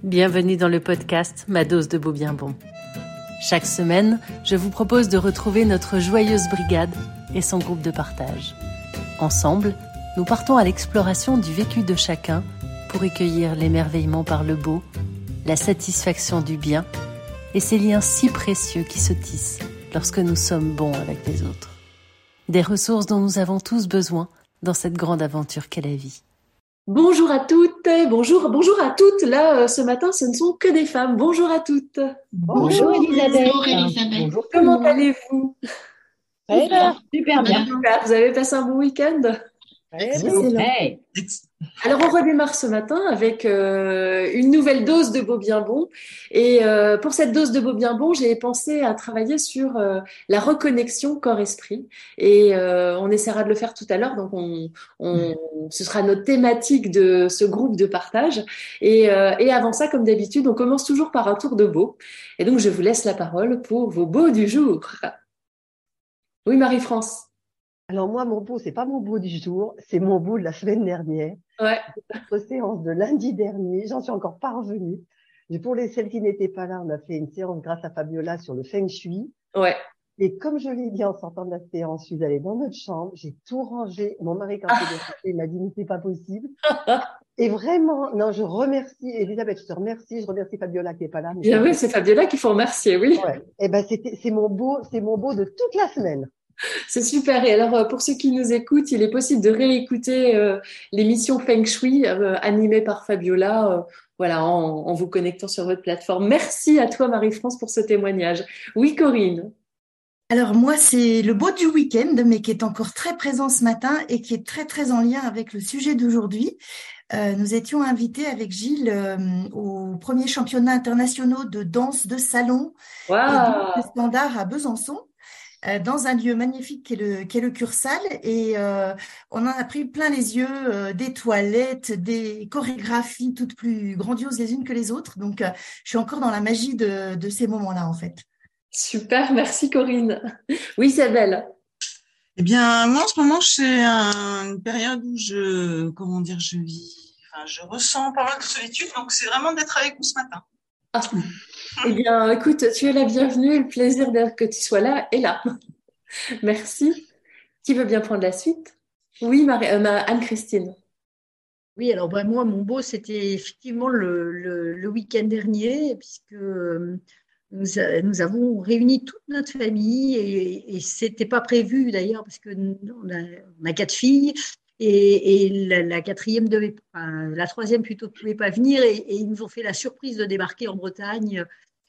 Bienvenue dans le podcast Ma dose de beau bien bon. Chaque semaine, je vous propose de retrouver notre joyeuse brigade et son groupe de partage. Ensemble, nous partons à l'exploration du vécu de chacun pour recueillir l'émerveillement par le beau, la satisfaction du bien et ces liens si précieux qui se tissent lorsque nous sommes bons avec les autres. Des ressources dont nous avons tous besoin dans cette grande aventure qu'est la vie. Bonjour à toutes, bonjour à toutes. Là, ce matin, ce ne sont que des femmes. Bonjour à toutes. Bonjour Elisabeth. Bonjour Elisabeth. Bonjour. Comment allez-vous? Super bien. Super. Vous avez passé un bon week-end? Excellent. Hey. Alors, on redémarre ce matin avec une nouvelle dose de beau bien bon. Et pour cette dose de beau bien bon, j'ai pensé à travailler sur la reconnexion corps-esprit. Et on essaiera de le faire tout à l'heure. Donc, ce sera notre thématique de ce groupe de partage. Et avant ça, comme d'habitude, on commence toujours par un tour de beau. Et donc, je vous laisse la parole pour vos beaux du jour. Oui, Marie-France. Alors moi, mon beau, c'est pas mon beau du jour, c'est mon beau de la semaine dernière. Ouais. Notre séance de lundi dernier, j'en suis encore pas revenue. Et pour celles qui n'étaient pas là, on a fait une séance grâce à Fabiola sur le Feng Shui. Ouais. Et comme je l'ai dit en sortant de la séance, je suis allée dans notre chambre, j'ai tout rangé. Mon mari, quand il m'a dit, mais c'est pas possible. Et vraiment, non, je remercie Elisabeth, je te remercie, je remercie Fabiola qui est pas là. Bien oui, c'est Fabiola qu'il faut remercier, oui. Ouais. Et ben, c'est mon beau de toute la semaine. C'est super. Et alors, pour ceux qui nous écoutent, il est possible de réécouter l'émission Feng Shui animée par Fabiola, voilà, en vous connectant sur votre plateforme. Merci à toi, Marie-France, pour ce témoignage. Oui, Corinne. Alors moi, c'est le beau du week-end, mais qui est encore très présent ce matin et qui est très, très en lien avec le sujet d'aujourd'hui. Nous étions invités avec Gilles aux premiers championnats internationaux de danse de salon et de standard à Besançon. Dans un lieu magnifique qu'est le Cursal, et on en a pris plein les yeux, des toilettes, des chorégraphies toutes plus grandioses les unes que les autres. Donc, je suis encore dans la magie de ces moments-là, en fait. Super, merci Corinne. Oui, Isabelle. Eh bien, moi, en ce moment, c'est une période où je ressens pas mal de solitude, donc c'est vraiment d'être avec vous ce matin. Ah. Eh bien, écoute, tu es la bienvenue, le plaisir que tu sois là est là. Merci. Qui veut bien prendre la suite? Oui, Anne-Christine. Oui, alors moi, mon beau, c'était effectivement le week-end dernier, puisque nous avons réuni toute notre famille, et c'était pas prévu d'ailleurs, parce que on a 4 filles. Et la quatrième la troisième plutôt ne pouvait pas venir, et ils nous ont fait la surprise de débarquer en Bretagne.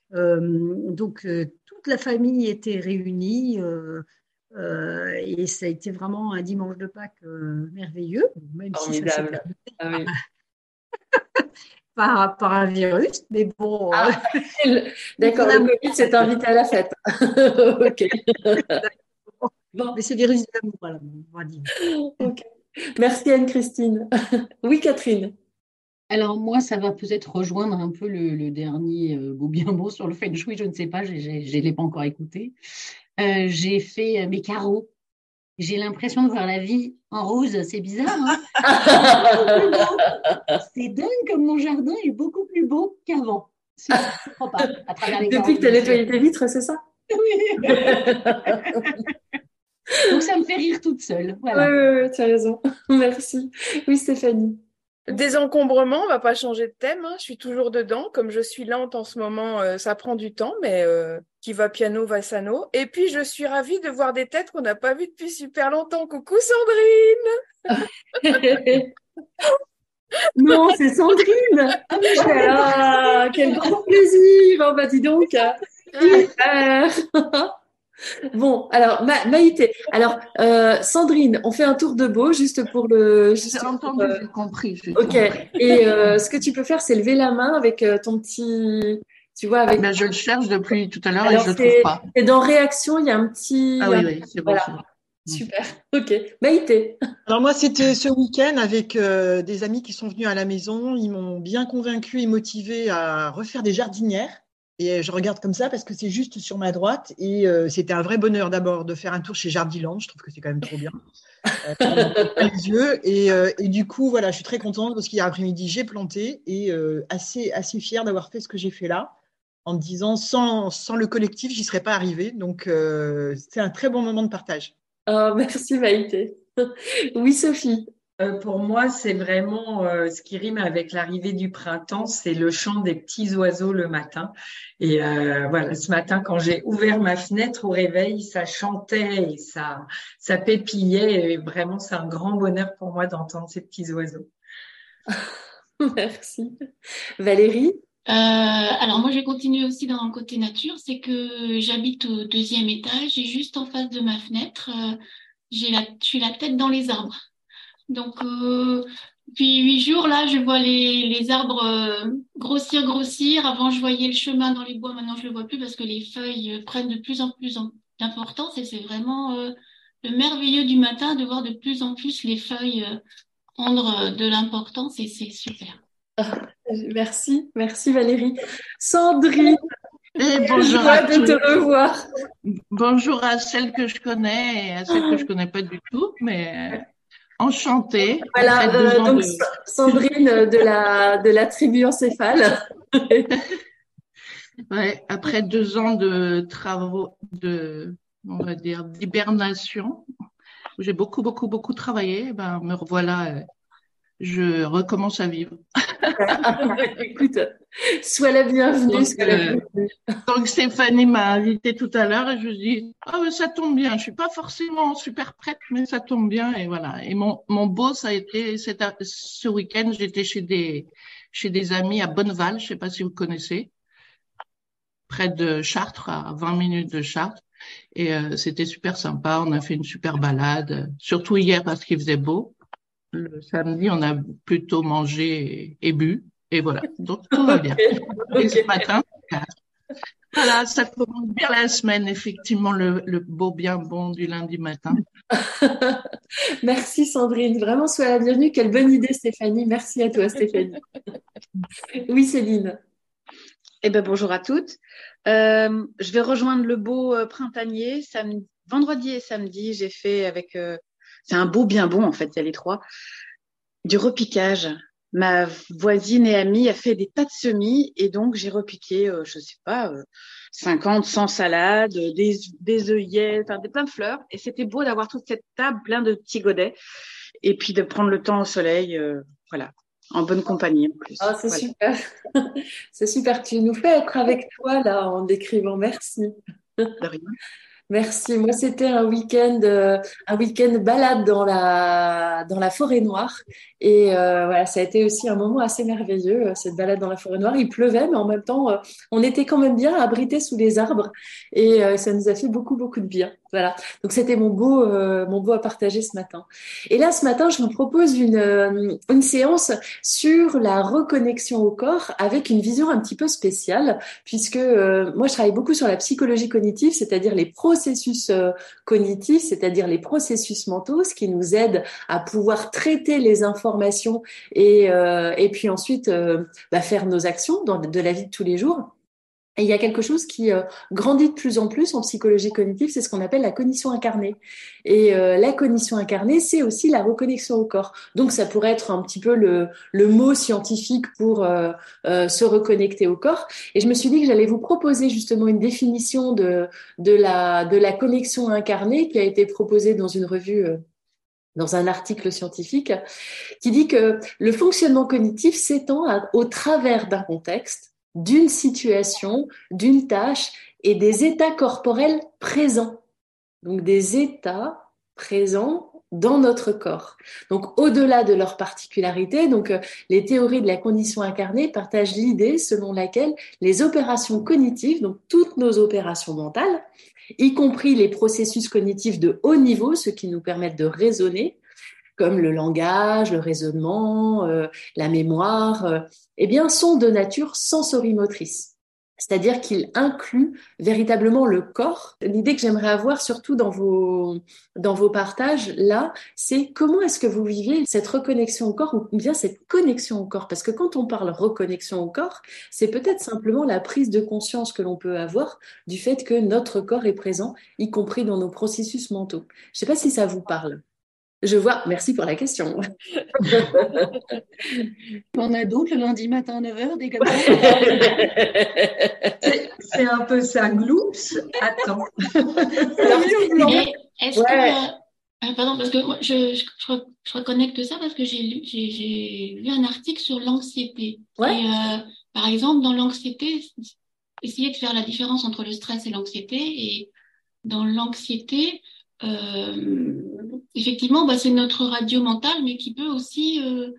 Donc toute la famille était réunie, et ça a été vraiment un dimanche de Pâques merveilleux, même si ça s'est terminé par un virus, mais bon. D'accord, le Covid s'est invité à la fête. Ok. Bon. Mais c'est virus de l'amour, voilà, on va dire. Ok. Merci Anne-Christine. Oui, Catherine. Alors moi, ça va peut-être rejoindre un peu le dernier beau bien beau sur le Feng Shui, je ne sais pas, je ne l'ai pas encore écouté. J'ai fait mes carreaux. J'ai l'impression de voir la vie en rose, c'est bizarre, hein. C'est dingue comme mon jardin est beaucoup plus beau qu'avant. Je ne crois pas, à travers les Depuis que tu as nettoyé tes vitres, c'est ça? Oui. Donc ça me fait rire toute seule. Voilà. Oui, tu as raison. Merci. Oui, Stéphanie. Désencombrement, on va pas changer de thème, hein. Je suis toujours dedans. Comme je suis lente en ce moment, ça prend du temps, mais qui va piano va sano. Et puis, je suis ravie de voir des têtes qu'on n'a pas vues depuis super longtemps. Coucou Sandrine. Non, c'est Sandrine. Ah, quel grand plaisir. Oh, bah dis donc. Super. Bon, alors Maïté, alors Sandrine, on fait un tour de beau juste pour le. J'ai entendu, j'ai compris. Ok. Et ce que tu peux faire, c'est lever la main avec ton petit, tu vois, avec. Ben, je le cherche depuis tout à l'heure Alors, et je le trouve pas. Et dans réaction, il y a un petit. Ah oui, c'est bon. Voilà. C'est bon. Super. Ok. Maïté. Alors moi, c'était ce week-end avec des amis qui sont venus à la maison. Ils m'ont bien convaincue et motivée à refaire des jardinières. Et je regarde comme ça parce que c'est juste sur ma droite. Et c'était un vrai bonheur d'abord de faire un tour chez Jardiland. Je trouve que c'est quand même trop bien. On n'en peut pas les yeux. Et du coup, voilà, je suis très contente parce qu'hier après-midi, j'ai planté et assez fière d'avoir fait ce que j'ai fait là, en me disant, sans le collectif, j'y serais pas arrivée. Donc, c'est un très bon moment de partage. Oh, merci Maïté. Oui, Sophie. Pour moi, c'est vraiment ce qui rime avec l'arrivée du printemps, c'est le chant des petits oiseaux le matin. Et voilà, ce matin, quand j'ai ouvert ma fenêtre au réveil, ça chantait et ça pépillait. Et vraiment, c'est un grand bonheur pour moi d'entendre ces petits oiseaux. Merci. Valérie? Alors moi, je vais continuer aussi dans le côté nature. C'est que j'habite au 2e étage et juste en face de ma fenêtre, je suis la tête dans les arbres. Donc, depuis 8 jours, là, je vois les arbres grossir. Avant, je voyais le chemin dans les bois. Maintenant, je le vois plus parce que les feuilles prennent de plus en plus d'importance. Et c'est vraiment le merveilleux du matin de voir de plus en plus les feuilles prendre de l'importance. Et c'est super. Merci Valérie. Sandrine, bonjour joie de te revoir. Bonjour à celles que je connais et à celles que je connais pas du tout, mais enchantée. Voilà, donc Sandrine de la tribu encéphale. Ouais, après 2 ans de travaux on va dire, d'hibernation, où j'ai beaucoup travaillé, me revoilà. Je recommence à vivre. Écoute, sois la bienvenue. Donc Stéphanie m'a invitée tout à l'heure et je dis ça tombe bien. Je suis pas forcément super prête, mais ça tombe bien et voilà. Et mon beau, ça a été ce week-end, j'étais chez des amis à Bonneval, je sais pas si vous connaissez, près de Chartres, à 20 minutes de Chartres. Et c'était super sympa. On a fait une super balade, surtout hier parce qu'il faisait beau. Le samedi, on a plutôt mangé et bu. Et voilà. Donc, tout va bien. Et ce matin, voilà, ça commence bien la semaine, effectivement, le beau bien bon du lundi matin. Merci Sandrine. Vraiment, sois la bienvenue. Quelle bonne idée, Stéphanie. Merci à toi, Stéphanie. Oui, Céline. Bonjour à toutes. Je vais rejoindre le beau printanier. Vendredi et samedi, j'ai fait avec... c'est un beau bien bon, en fait, il y a les 3. Du repiquage. Ma voisine et amie a fait des tas de semis et donc j'ai repiqué, 50, 100 salades, des œillets, enfin plein de fleurs. Et c'était beau d'avoir toute cette table plein de petits godets et puis de prendre le temps au soleil, voilà, en bonne compagnie en plus. C'est super. C'est super. Tu nous fais être avec toi là en décrivant. Merci. De rien. Merci. Moi, c'était un week-end balade dans la forêt noire. Et voilà, ça a été aussi un moment assez merveilleux, cette balade dans la forêt noire. Il pleuvait, mais en même temps, on était quand même bien abrités sous les arbres. Et ça nous a fait beaucoup de bien. Voilà. Donc, c'était mon beau à partager ce matin. Et là, ce matin, je vous propose une séance sur la reconnexion au corps avec une vision un petit peu spéciale, puisque moi, je travaille beaucoup sur la psychologie cognitive, c'est-à-dire les processus cognitifs, c'est-à-dire les processus mentaux, ce qui nous aide à pouvoir traiter les informations et puis ensuite faire nos actions de la vie de tous les jours. Et il y a quelque chose qui grandit de plus en plus en psychologie cognitive, c'est ce qu'on appelle la cognition incarnée. Et la cognition incarnée, c'est aussi la reconnexion au corps. Donc ça pourrait être un petit peu le mot scientifique pour se reconnecter au corps. Et je me suis dit que j'allais vous proposer justement une définition de la connexion incarnée qui a été proposée dans une revue, dans un article scientifique, qui dit que le fonctionnement cognitif s'étend au travers d'un contexte, d'une situation, d'une tâche et des états corporels présents. Donc des états présents dans notre corps. Donc au-delà de leur particularité, les théories de la condition incarnée partagent l'idée selon laquelle les opérations cognitives, donc toutes nos opérations mentales, y compris les processus cognitifs de haut niveau, ceux qui nous permettent de raisonner, comme le langage, le raisonnement, la mémoire, sont de nature sensorimotrice. C'est-à-dire qu'ils incluent véritablement le corps. L'idée que j'aimerais avoir, surtout dans vos partages, là, c'est comment est-ce que vous viviez cette reconnexion au corps ou bien cette connexion au corps? Parce que quand on parle reconnexion au corps, c'est peut-être simplement la prise de conscience que l'on peut avoir du fait que notre corps est présent, y compris dans nos processus mentaux. Je ne sais pas si ça vous parle. Je vois. Merci pour la question. On a d'autres le lundi matin à 9h, des comme ça. C'est un peu ça. Gloops. Attends. Mais est-ce Ouais. que, pardon, parce que moi, je reconnecte ça parce que j'ai lu un article sur l'anxiété. Ouais. Et par exemple, dans l'anxiété, essayer de faire la différence entre le stress et l'anxiété. Et dans l'anxiété, effectivement, c'est notre radio mentale, mais qui peut aussi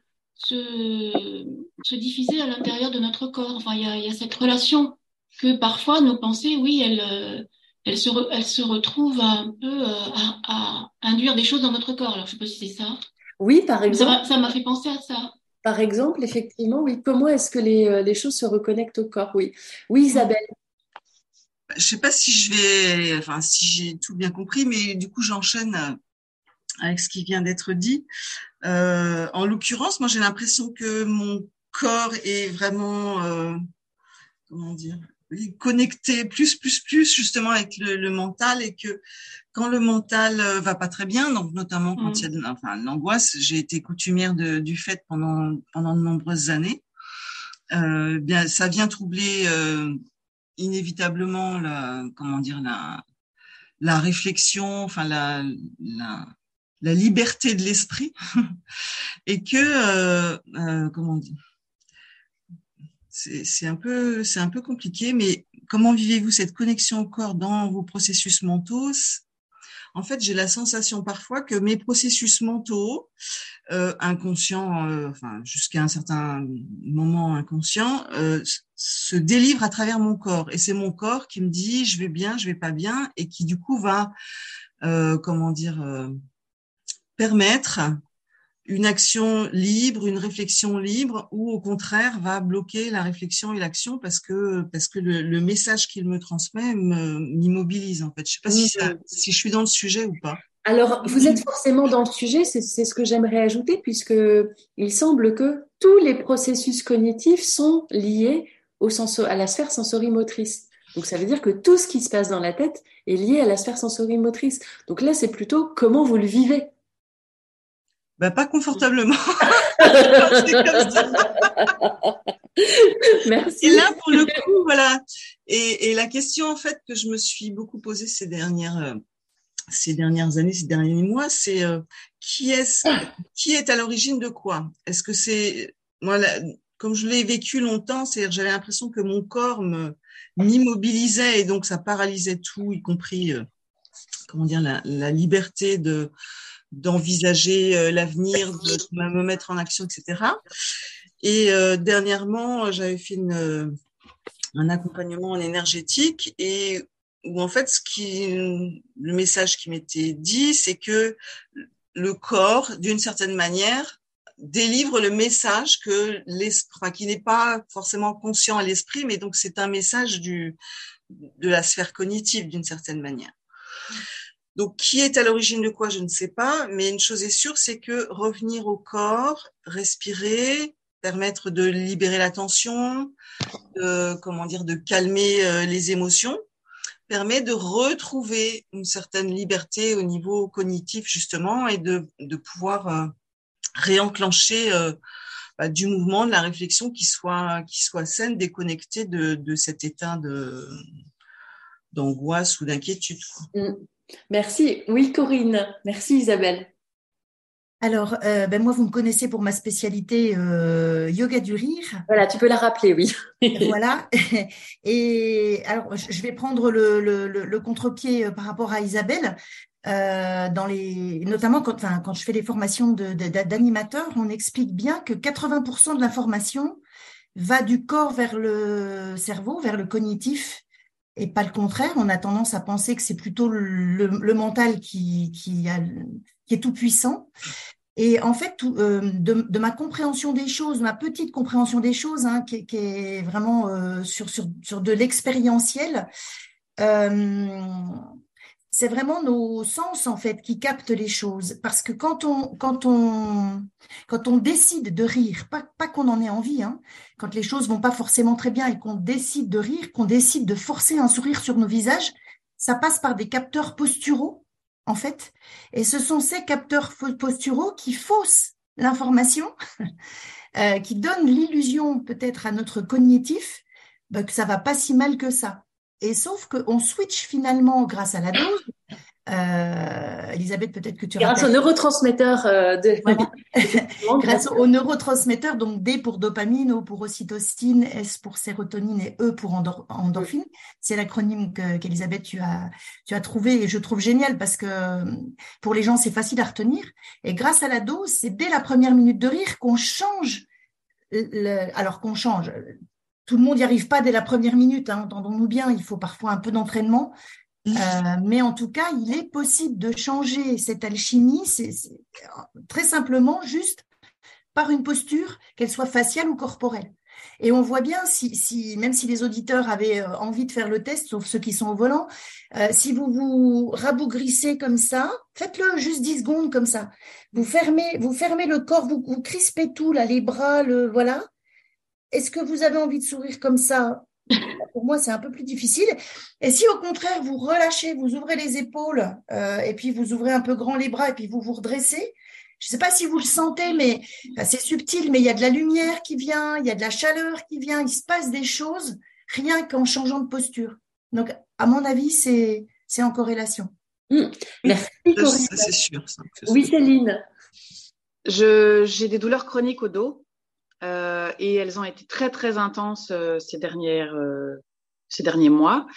se diffuser à l'intérieur de notre corps. Enfin, il y a cette relation que parfois nos pensées, oui, elles se retrouvent un peu à induire des choses dans notre corps. Alors, je sais pas si c'est ça. Oui, par Mais exemple. ça m'a fait penser à ça. Par exemple, effectivement, oui. Comment est-ce que les choses se reconnectent au corps? Oui. Oui, Isabelle. Je sais pas si si j'ai tout bien compris, mais du coup, j'enchaîne avec ce qui vient d'être dit. En l'occurrence, moi, j'ai l'impression que mon corps est vraiment, comment dire, connecté plus justement avec le mental, et que quand le mental va pas très bien, donc notamment quand il y a de l'angoisse, j'ai été coutumière du fait pendant de nombreuses années. Bien, ça vient troubler inévitablement la réflexion, enfin la liberté de l'esprit, et que comment dire, c'est un peu compliqué. Mais comment vivez-vous cette connexion au corps dans vos processus mentaux? En fait, j'ai la sensation parfois que mes processus mentaux inconscients, jusqu'à un certain moment inconscient, se délivrent à travers mon corps, et c'est mon corps qui me dit je vais bien, je vais pas bien, et qui du coup va permettre une action libre, une réflexion libre, ou au contraire va bloquer la réflexion et l'action parce que le message qu'il me transmet m'immobilise, en fait. Je sais pas si je suis dans le sujet ou pas. Alors, vous êtes forcément dans le sujet, c'est ce que j'aimerais ajouter, puisque il semble que tous les processus cognitifs sont liés à la sphère sensorimotrice. Donc, ça veut dire que tout ce qui se passe dans la tête est lié à la sphère sensorimotrice. Donc là, c'est plutôt comment vous le vivez. Pas confortablement. C'est comme ça. Merci. Et là, pour le coup, voilà. Et la question, en fait, que je me suis beaucoup posée ces dernières années, ces derniers mois, c'est qui est à l'origine de quoi? Est-ce que c'est moi, comme je l'ai vécu longtemps, c'est-à-dire j'avais l'impression que mon corps m'immobilisait, et donc ça paralysait tout, y compris la liberté d'envisager l'avenir, de me mettre en action, etc. Et dernièrement, j'avais fait un accompagnement en énergétique, et où en fait le message qui m'était dit, c'est que le corps, d'une certaine manière, délivre le message que qui n'est pas forcément conscient à l'esprit, mais donc c'est un message de la sphère cognitive d'une certaine manière. Donc, qui est à l'origine de quoi, je ne sais pas, mais une chose est sûre, c'est que revenir au corps, respirer, permettre de libérer la tension, de calmer les émotions, permet de retrouver une certaine liberté au niveau cognitif, justement, et de pouvoir réenclencher du mouvement, de la réflexion qui soit saine, déconnectée de cet état d'angoisse ou d'inquiétude. Merci. Oui, Corinne. Merci, Isabelle. Alors, moi, vous me connaissez pour ma spécialité yoga du rire. Voilà, tu peux la rappeler, oui. Voilà. Et alors, je vais prendre le contre-pied par rapport à Isabelle. Notamment quand je fais des formations d'animateurs, on explique bien que 80% de l'information va du corps vers le cerveau, vers le cognitif, et pas le contraire. On a tendance à penser que c'est plutôt le mental qui est tout puissant. Et en fait, de ma compréhension des choses, ma petite compréhension des choses, qui est vraiment sur de l'expérientiel, c'est vraiment nos sens en fait qui captent les choses. Parce que quand on décide de rire, pas qu'on en ait envie, quand les choses vont pas forcément très bien et qu'on décide de rire, qu'on décide de forcer un sourire sur nos visages, ça passe par des capteurs posturaux en fait. Et ce sont ces capteurs posturaux qui faussent l'information, qui donnent l'illusion peut-être à notre cognitif que ça va pas si mal que ça. Et sauf qu'on switch finalement grâce à la dose. Elisabeth, peut-être que tu Grâce au rappelles. neurotransmetteur Voilà. Grâce aux neurotransmetteurs, donc D pour dopamine, O pour ocytocine, S pour sérotonine et E pour endorphine. C'est l'acronyme qu'Elisabeth, tu as trouvé et je trouve génial parce que pour les gens, c'est facile à retenir. Et grâce à la dose, c'est dès la première minute de rire qu'on change. Alors qu'on change. Tout le monde n'y arrive pas dès la première minute, hein, entendons-nous bien, il faut parfois un peu d'entraînement. Mais en tout cas, il est possible de changer cette alchimie, c'est très simplement juste par une posture, qu'elle soit faciale ou corporelle. Et on voit bien, même si les auditeurs avaient envie de faire le test, sauf ceux qui sont au volant, si vous vous rabougrissez comme ça, faites-le juste 10 secondes comme ça. Vous fermez le corps, vous crispez tout, là, les bras, voilà. Est-ce que vous avez envie de sourire comme ça ? Pour moi, c'est un peu plus difficile. Et si au contraire, vous relâchez, vous ouvrez les épaules et puis vous ouvrez un peu grand les bras et puis vous vous redressez, je ne sais pas si vous le sentez, mais c'est subtil, mais il y a de la lumière qui vient, il y a de la chaleur qui vient, il se passe des choses rien qu'en changeant de posture. Donc, à mon avis, c'est en corrélation. Merci, Corinne. C'est sûr. Oui, Céline. J'ai des douleurs chroniques au dos. Et elles ont été très très intenses ces derniers mois.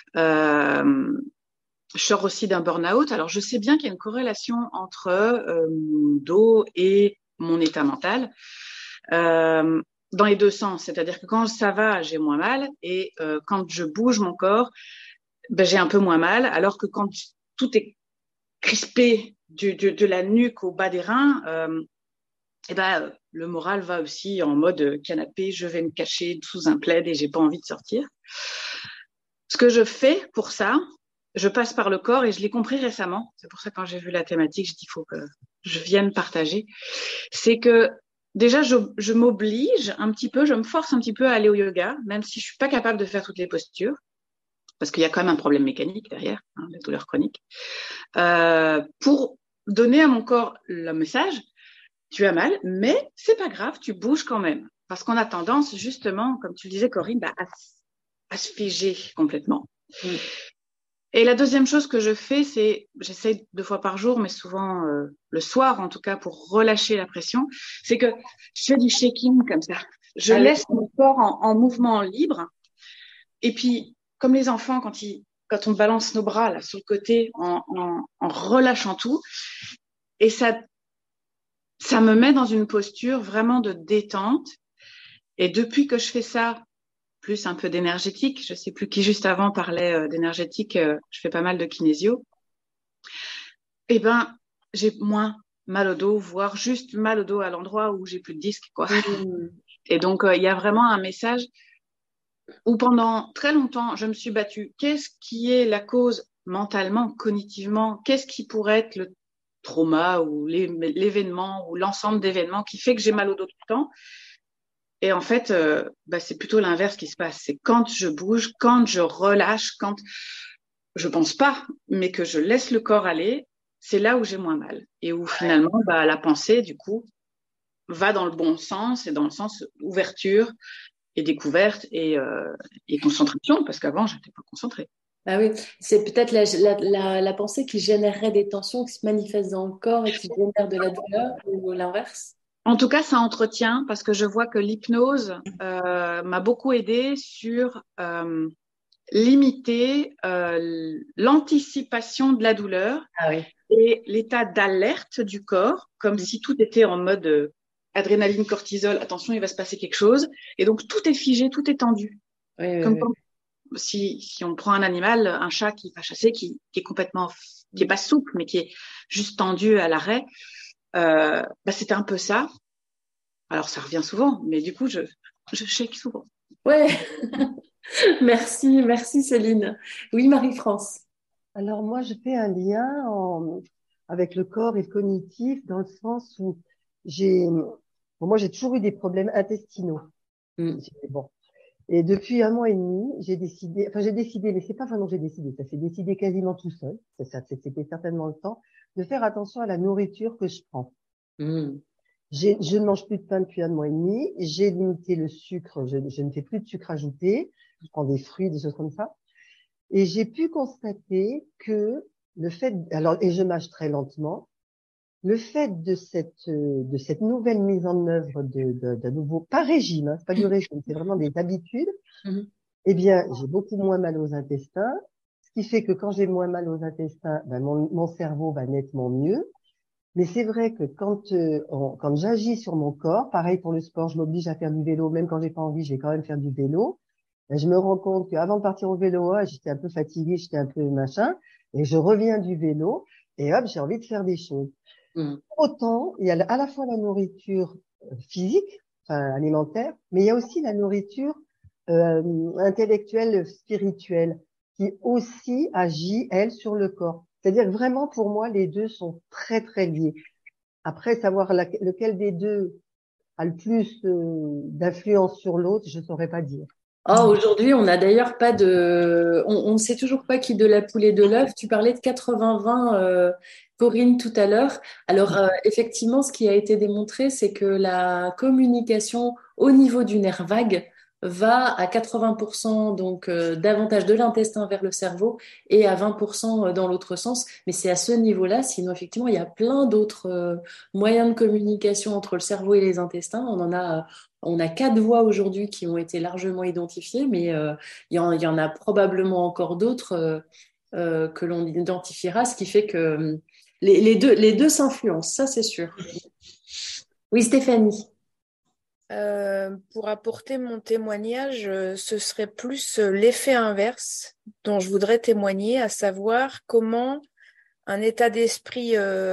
Je sors aussi d'un burn-out. Alors je sais bien qu'il y a une corrélation entre mon dos et mon état mental dans les deux sens. C'est-à-dire que quand ça va, j'ai moins mal, et quand je bouge mon corps, j'ai un peu moins mal. Alors que quand tout est crispé de la nuque au bas des reins, le moral va aussi en mode canapé, je vais me cacher sous un plaid et j'ai pas envie de sortir. Ce que je fais pour ça, je passe par le corps et je l'ai compris récemment. C'est pour ça que quand j'ai vu la thématique, je dis il faut que je vienne partager. C'est que déjà, je m'oblige un petit peu, je me force un petit peu à aller au yoga, même si je suis pas capable de faire toutes les postures, parce qu'il y a quand même un problème mécanique derrière, la douleur chronique, pour donner à mon corps le message. Tu as mal, mais c'est pas grave, tu bouges quand même. Parce qu'on a tendance, justement, comme tu le disais, Corinne, à se figer complètement. Et la deuxième chose que je fais, c'est, j'essaie 2 fois par jour, mais souvent le soir, en tout cas, pour relâcher la pression, c'est que je fais du shaking comme ça. Je laisse mon corps en mouvement libre. Et puis, comme les enfants, quand on balance nos bras là sur le côté, en relâchant tout, et ça me met dans une posture vraiment de détente. Et depuis que je fais ça, plus un peu d'énergétique, je sais plus qui juste avant parlait d'énergétique, je fais pas mal de kinésio, j'ai moins mal au dos, voire juste mal au dos à l'endroit où j'ai plus de disques, quoi. Et donc, il y a vraiment un message où pendant très longtemps, je me suis battue. Qu'est-ce qui est la cause mentalement, cognitivement? Qu'est-ce qui pourrait être le trauma ou l'événement ou l'ensemble d'événements qui fait que j'ai mal au dos tout le temps? Et en fait, c'est plutôt l'inverse qui se passe. C'est quand je bouge, quand je relâche, quand je pense pas, mais que je laisse le corps aller, c'est là où j'ai moins mal. Et où finalement, la pensée, du coup, va dans le bon sens et dans le sens ouverture et découverte et concentration, parce qu'avant, je n'étais pas concentrée. Ah oui, c'est peut-être la pensée qui générerait des tensions qui se manifestent dans le corps et qui génère de la douleur, ou l'inverse. En tout cas, ça entretient, parce que je vois que l'hypnose m'a beaucoup aidée sur limiter l'anticipation de la douleur et l'état d'alerte du corps, comme si tout était en mode adrénaline, cortisol, attention, il va se passer quelque chose. Et donc, tout est figé, tout est tendu. Comme si on prend un animal, un chat qui va chasser, qui est complètement, qui est pas souple, mais qui est juste tendu à l'arrêt. C'était un peu ça. Alors, ça revient souvent, mais du coup, je shake souvent. Ouais. Merci Céline. Oui, Marie-France. Alors moi, je fais un lien avec le corps et le cognitif dans le sens où moi, j'ai toujours eu des problèmes intestinaux. Bon. Et depuis 1 mois et demi, j'ai décidé, mais c'est pas vraiment que j'ai décidé, ça s'est décidé quasiment tout seul. C'était certainement le temps de faire attention à la nourriture que je prends. Je ne mange plus de pain depuis 1 mois et demi. J'ai limité le sucre. Je ne fais plus de sucre ajouté. Je prends des fruits, des choses comme ça. Et j'ai pu constater que et je mâche très lentement, le fait de cette nouvelle mise en œuvre d'un nouveau, pas régime, hein, c'est pas du régime, c'est vraiment des habitudes, eh bien, j'ai beaucoup moins mal aux intestins, ce qui fait que quand j'ai moins mal aux intestins, ben, mon cerveau va nettement mieux. Mais c'est vrai que quand j'agis sur mon corps, pareil pour le sport, je m'oblige à faire du vélo, même quand j'ai pas envie, je vais quand même faire du vélo. Ben, je me rends compte qu'avant de partir au vélo, j'étais un peu fatiguée, j'étais un peu machin, et je reviens du vélo, et hop, j'ai envie de faire des choses. Autant, il y a à la fois la nourriture physique, enfin alimentaire, mais il y a aussi la nourriture intellectuelle, spirituelle, qui aussi agit, elle, sur le corps. C'est-à-dire que vraiment, pour moi, les deux sont très, très liés. Après, savoir lequel des deux a le plus d'influence sur l'autre, je ne saurais pas dire. Aujourd'hui, on n'a d'ailleurs pas on ne sait toujours pas qui de la poule et de l'œuf. Tu parlais de 80-20, Corinne, tout à l'heure. Alors, effectivement, ce qui a été démontré, c'est que la communication au niveau du nerf vague va à 80% donc davantage de l'intestin vers le cerveau et à 20% dans l'autre sens. Mais c'est à ce niveau-là. Sinon, effectivement, il y a plein d'autres moyens de communication entre le cerveau et les intestins. On a 4 voies aujourd'hui qui ont été largement identifiées, mais il y en a probablement encore d'autres que l'on identifiera, ce qui fait que les deux s'influencent, ça c'est sûr. Oui, Stéphanie. Pour apporter mon témoignage, ce serait plus l'effet inverse dont je voudrais témoigner, à savoir comment un état d'esprit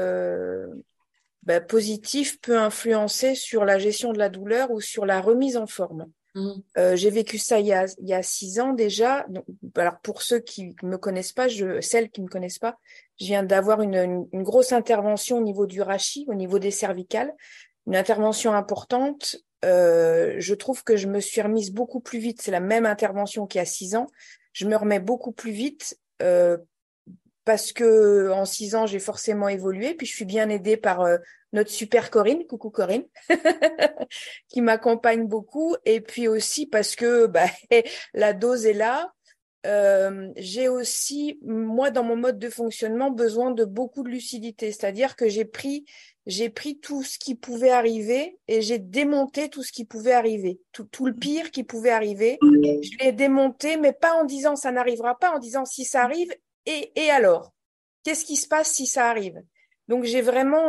positif peut influencer sur la gestion de la douleur ou sur la remise en forme. J'ai vécu ça il y a 6 ans déjà. Donc, alors pour ceux qui me connaissent pas, celles qui me connaissent pas, je viens d'avoir une grosse intervention au niveau du rachis, au niveau des cervicales, une intervention importante. Je trouve que je me suis remise beaucoup plus vite. C'est la même intervention qu'il y a 6 ans. Je me remets beaucoup plus vite parce que en 6 ans, j'ai forcément évolué. Puis je suis bien aidée par notre super Corinne, coucou Corinne, qui m'accompagne beaucoup. Et puis aussi parce que la dose est là. J'ai aussi, moi, dans mon mode de fonctionnement, besoin de beaucoup de lucidité. C'est-à-dire que j'ai pris tout ce qui pouvait arriver et j'ai démonté tout ce qui pouvait arriver. Tout le pire qui pouvait arriver. Je l'ai démonté, mais pas en disant ça n'arrivera pas, en disant si ça arrive, et alors? Qu'est-ce qui se passe si ça arrive? Donc j'ai vraiment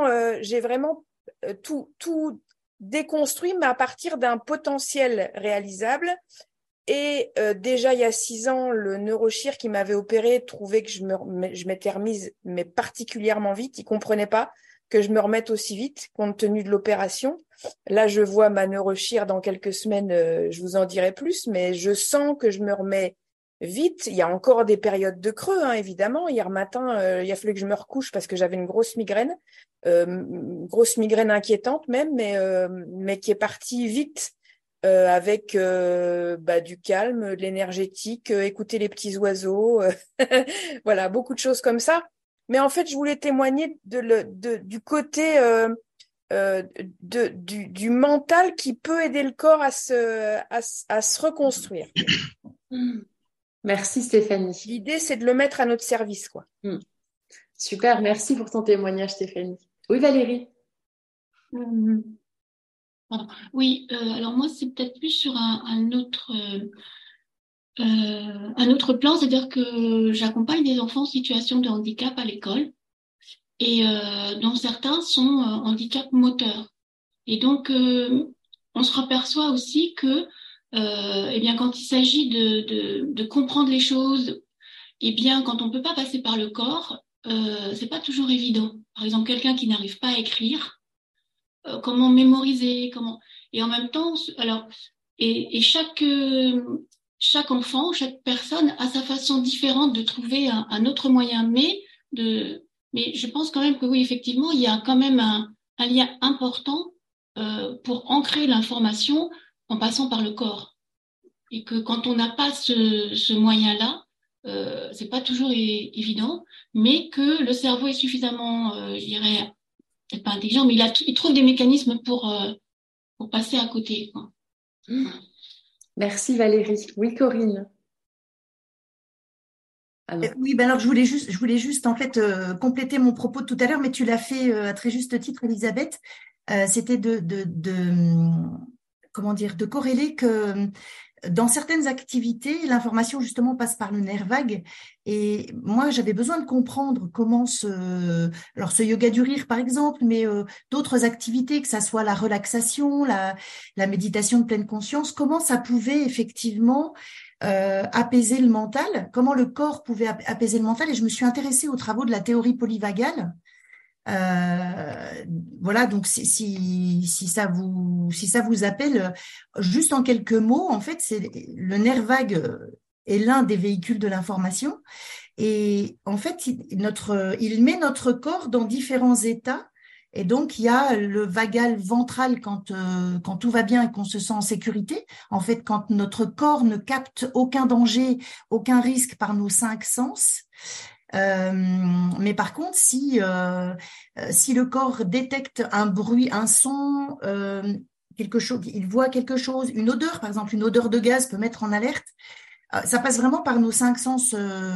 tout déconstruit, mais à partir d'un potentiel réalisable. Et déjà il y a 6 ans, le neurochir qui m'avait opéré trouvait que je m'étais remise, mais particulièrement vite. Il comprenait pas que je me remette aussi vite compte tenu de l'opération. Là, je vois ma neurochir dans quelques semaines, je vous en dirai plus, mais je sens que je me remets vite. Il y a encore des périodes de creux, hein, évidemment. Hier matin, il a fallu que je me recouche parce que j'avais une grosse migraine inquiétante même, mais qui est partie vite avec du calme, de l'énergétique, écouter les petits oiseaux, voilà, beaucoup de choses comme ça. Mais en fait, je voulais témoigner du côté du mental qui peut aider le corps à se reconstruire. Merci Stéphanie. L'idée, c'est de le mettre à notre service, quoi. Super, merci pour ton témoignage, Stéphanie. Oui, Valérie. Oui, alors moi, c'est peut-être plus sur un autre plan, c'est-à-dire que j'accompagne des enfants en situation de handicap à l'école et dont certains sont handicap moteur. Et donc, on se aperçoit aussi que quand il s'agit de comprendre les choses, quand on peut pas passer par le corps, c'est pas toujours évident. Par exemple, quelqu'un qui n'arrive pas à écrire, comment mémoriser, et en même temps, alors et chaque enfant, chaque personne a sa façon différente de trouver un autre moyen, mais je pense quand même que oui, effectivement, il y a quand même un lien important pour ancrer l'information en passant par le corps. et que quand on n'a pas ce moyen-là, c'est pas toujours évident, mais que le cerveau est suffisamment, je dirais, peut-être pas intelligent, mais il trouve des mécanismes pour passer à côté, quoi. Merci Valérie. Oui, Corinne. Oui, ben alors je voulais juste en fait compléter mon propos de tout à l'heure, mais tu l'as fait à très juste titre, Elisabeth. C'était comment dire, de corréler que dans certaines activités, l'information justement passe par le nerf vague. Et moi, j'avais besoin de comprendre comment alors ce yoga du rire par exemple, mais d'autres activités, que ça soit la relaxation, la méditation de pleine conscience, comment ça pouvait effectivement apaiser le mental, comment le corps pouvait apaiser le mental. Et je me suis intéressée aux travaux de la théorie polyvagale. Voilà, donc si ça vous appelle, juste en quelques mots, en fait, c'est le nerf vague est l'un des véhicules de l'information, et en fait, il met notre corps dans différents états. Et donc, il y a le vagal ventral quand tout va bien et qu'on se sent en sécurité. En fait, quand notre corps ne capte aucun danger, aucun risque par nos 5 sens. Mais par contre, si le corps détecte un bruit, un son, quelque chose, il voit quelque chose, une odeur, par exemple, une odeur de gaz peut mettre en alerte. Ça passe vraiment par nos 5 sens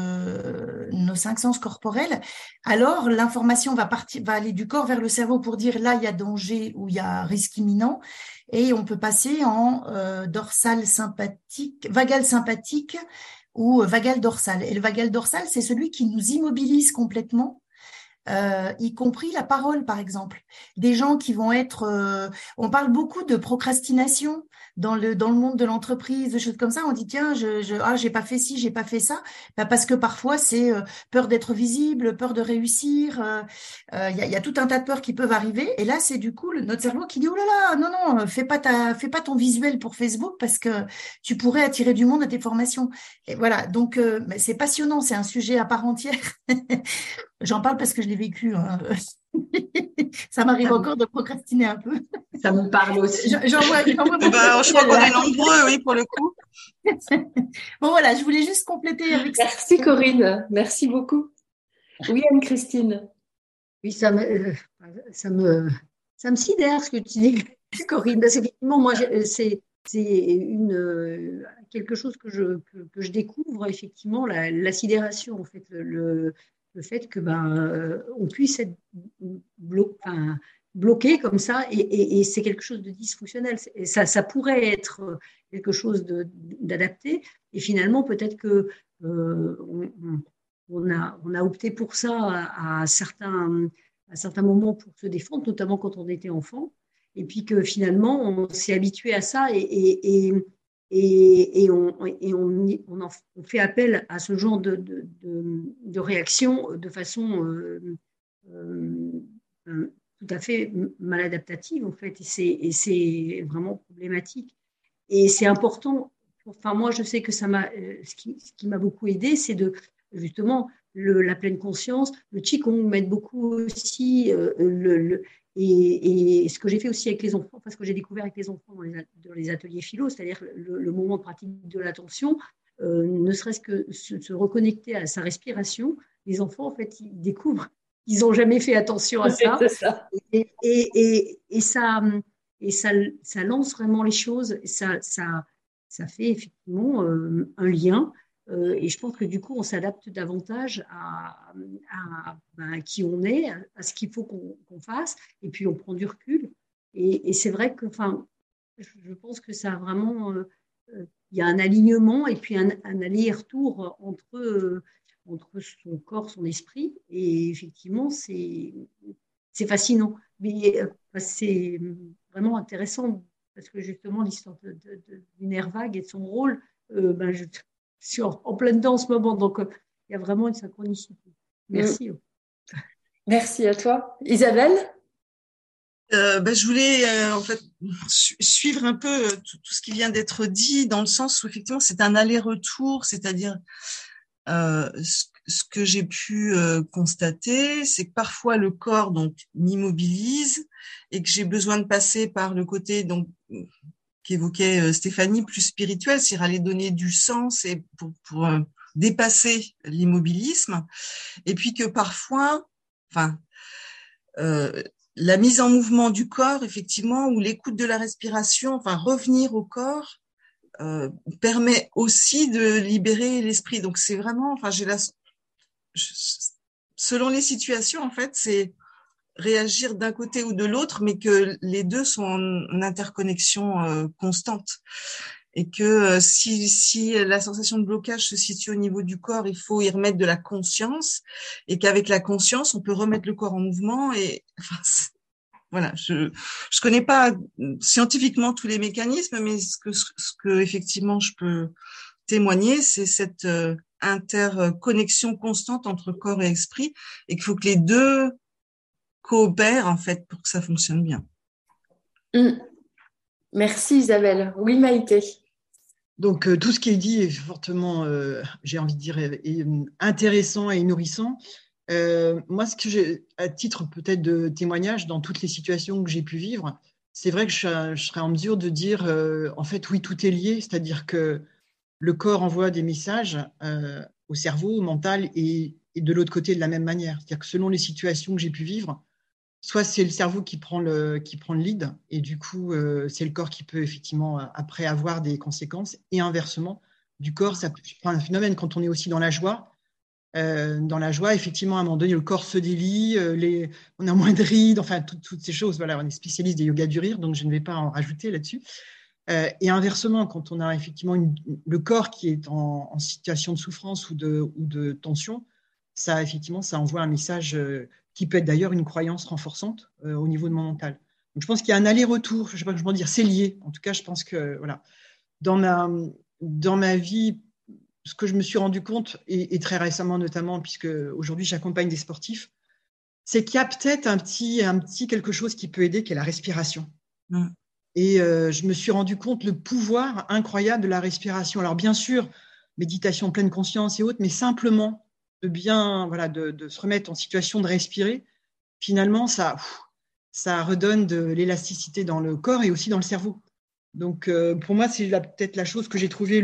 corporels. Alors, l'information va aller du corps vers le cerveau pour dire là, il y a danger ou il y a risque imminent. Et on peut passer en dorsal sympathique, vagal sympathique ou vagal dorsal. Et le vagal dorsal, c'est celui qui nous immobilise complètement, y compris la parole, par exemple. Des gens qui vont être... on parle beaucoup de procrastination dans le monde de l'entreprise, des choses comme ça. On dit, tiens, j'ai pas fait ci, j'ai pas fait ça. Ben, parce que parfois, c'est peur d'être visible, peur de réussir. Il y a tout un tas de peurs qui peuvent arriver. Et là, c'est du coup notre cerveau qui dit, oh là là, non, fais pas ton visuel pour Facebook parce que tu pourrais attirer du monde à tes formations. Et voilà, donc c'est passionnant, c'est un sujet à part entière. J'en parle parce que je l'ai vécu. Hein. Ça m'arrive encore de procrastiner un peu. Ça me parle aussi. J'en vois beaucoup. Je crois qu'on est nombreux, oui, pour le coup. Bon, voilà, je voulais juste compléter avec ça. Merci Corinne, merci beaucoup. Oui, Anne-Christine. Oui, ça me sidère ce que tu dis, Corinne. Parce qu'effectivement, moi, c'est quelque chose que je découvre, effectivement, la sidération, en fait, le fait que on puisse être bloqué comme ça, et c'est quelque chose de dysfonctionnel. Et ça pourrait être quelque chose d'adapté, et finalement peut-être que on a opté pour ça à certains moments pour se défendre, notamment quand on était enfant, et puis que finalement on s'est habitué à ça, et on fait appel à ce genre de réaction de façon tout à fait maladaptative, en fait, et c'est vraiment problématique. Et c'est important, enfin moi je sais que ce qui m'a beaucoup aidé, c'est justement la pleine conscience, le Qigong m'aide beaucoup aussi, et ce que j'ai fait aussi avec les enfants, parce que j'ai découvert avec les enfants dans les ateliers philo, c'est-à-dire le moment de pratique de l'attention, ne serait-ce que se reconnecter à sa respiration. Les enfants, en fait, ils découvrent qu'ils n'ont jamais fait attention à ça. Ça. Et ça lance vraiment les choses. Ça fait effectivement un lien. Et je pense que du coup, on s'adapte davantage à qui on est, à ce qu'il faut qu'on fasse, et puis on prend du recul. Et c'est vrai que, je pense que ça a vraiment, il y a un alignement et puis un aller-retour entre son corps, son esprit, et effectivement, c'est fascinant. Mais c'est vraiment intéressant parce que justement, l'histoire du nerf vague et de son rôle, je suis en plein dedans en ce moment, donc il y a vraiment une synchronicité. Merci. Merci à toi. Isabelle? Je voulais en fait suivre un peu tout ce qui vient d'être dit, dans le sens où effectivement c'est un aller-retour, c'est-à-dire ce que j'ai pu constater, c'est que parfois le corps donc m'immobilise et que j'ai besoin de passer par le côté donc qu'évoquait Stéphanie, plus spirituel, c'est-à-dire aller donner du sens et pour dépasser l'immobilisme. Et puis que parfois, la mise en mouvement du corps, effectivement, ou l'écoute de la respiration, revenir au corps, permet aussi de libérer l'esprit. Donc c'est vraiment, selon les situations, en fait, c'est réagir d'un côté ou de l'autre, mais que les deux sont en interconnexion constante. Et que si la sensation de blocage se situe au niveau du corps, il faut y remettre de la conscience, et qu'avec la conscience, on peut remettre le corps en mouvement. Et voilà, je connais pas scientifiquement tous les mécanismes, mais ce que effectivement je peux témoigner, c'est cette interconnexion constante entre corps et esprit, et qu'il faut que les deux coopèrent en fait pour que ça fonctionne bien. Merci Isabelle. Oui, Maïté. Donc tout ce qui est dit est fortement, j'ai envie de dire, intéressant et nourrissant. Moi, ce que j'ai, à titre peut-être de témoignage, dans toutes les situations que j'ai pu vivre, c'est vrai que je serais en mesure de dire, en fait, oui, tout est lié, c'est-à-dire que le corps envoie des messages au cerveau, au mental, et de l'autre côté de la même manière. C'est-à-dire que selon les situations que j'ai pu vivre, soit c'est le cerveau qui prend le lead, et du coup, c'est le corps qui peut effectivement après avoir des conséquences, et inversement, du corps, ça peut être un phénomène quand on est aussi dans la joie. Dans la joie, effectivement, à un moment donné, le corps se délie, on a moins de rides, toutes ces choses. Voilà, on est spécialiste des yogas du rire, donc je ne vais pas en rajouter là-dessus. Et inversement, quand on a effectivement le corps qui est en situation de souffrance ou de tension, ça, effectivement, ça envoie un message qui peut être d'ailleurs une croyance renforçante au niveau de mon mental. Donc, je pense qu'il y a un aller-retour, je ne sais pas comment dire, c'est lié. En tout cas, je pense que, voilà, dans ma vie, ce que je me suis rendu compte, et très récemment notamment, puisque aujourd'hui j'accompagne des sportifs, c'est qu'il y a peut-être un petit quelque chose qui peut aider, qui est la respiration. Et je me suis rendu compte le pouvoir incroyable de la respiration. Alors bien sûr, méditation pleine conscience et autres, mais simplement de se remettre en situation de respirer, finalement, ça redonne de l'élasticité dans le corps et aussi dans le cerveau. Donc, pour moi, c'est peut-être la chose que j'ai trouvée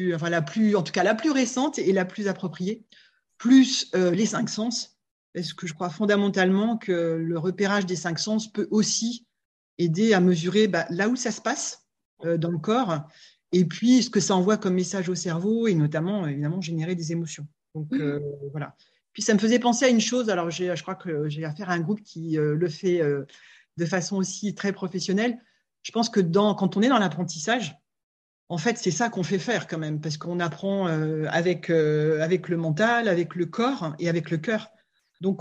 en tout cas la plus récente et la plus appropriée, plus les 5 sens, parce que je crois fondamentalement que le repérage des 5 sens peut aussi aider à mesurer là où ça se passe dans le corps, et puis ce que ça envoie comme message au cerveau, et notamment, évidemment, générer des émotions. Donc, voilà. Puis, ça me faisait penser à une chose, alors je crois que j'ai affaire à un groupe qui le fait de façon aussi très professionnelle. Je pense que quand on est dans l'apprentissage, en fait, c'est ça qu'on fait faire quand même, parce qu'on apprend avec le mental, avec le corps et avec le cœur. Donc,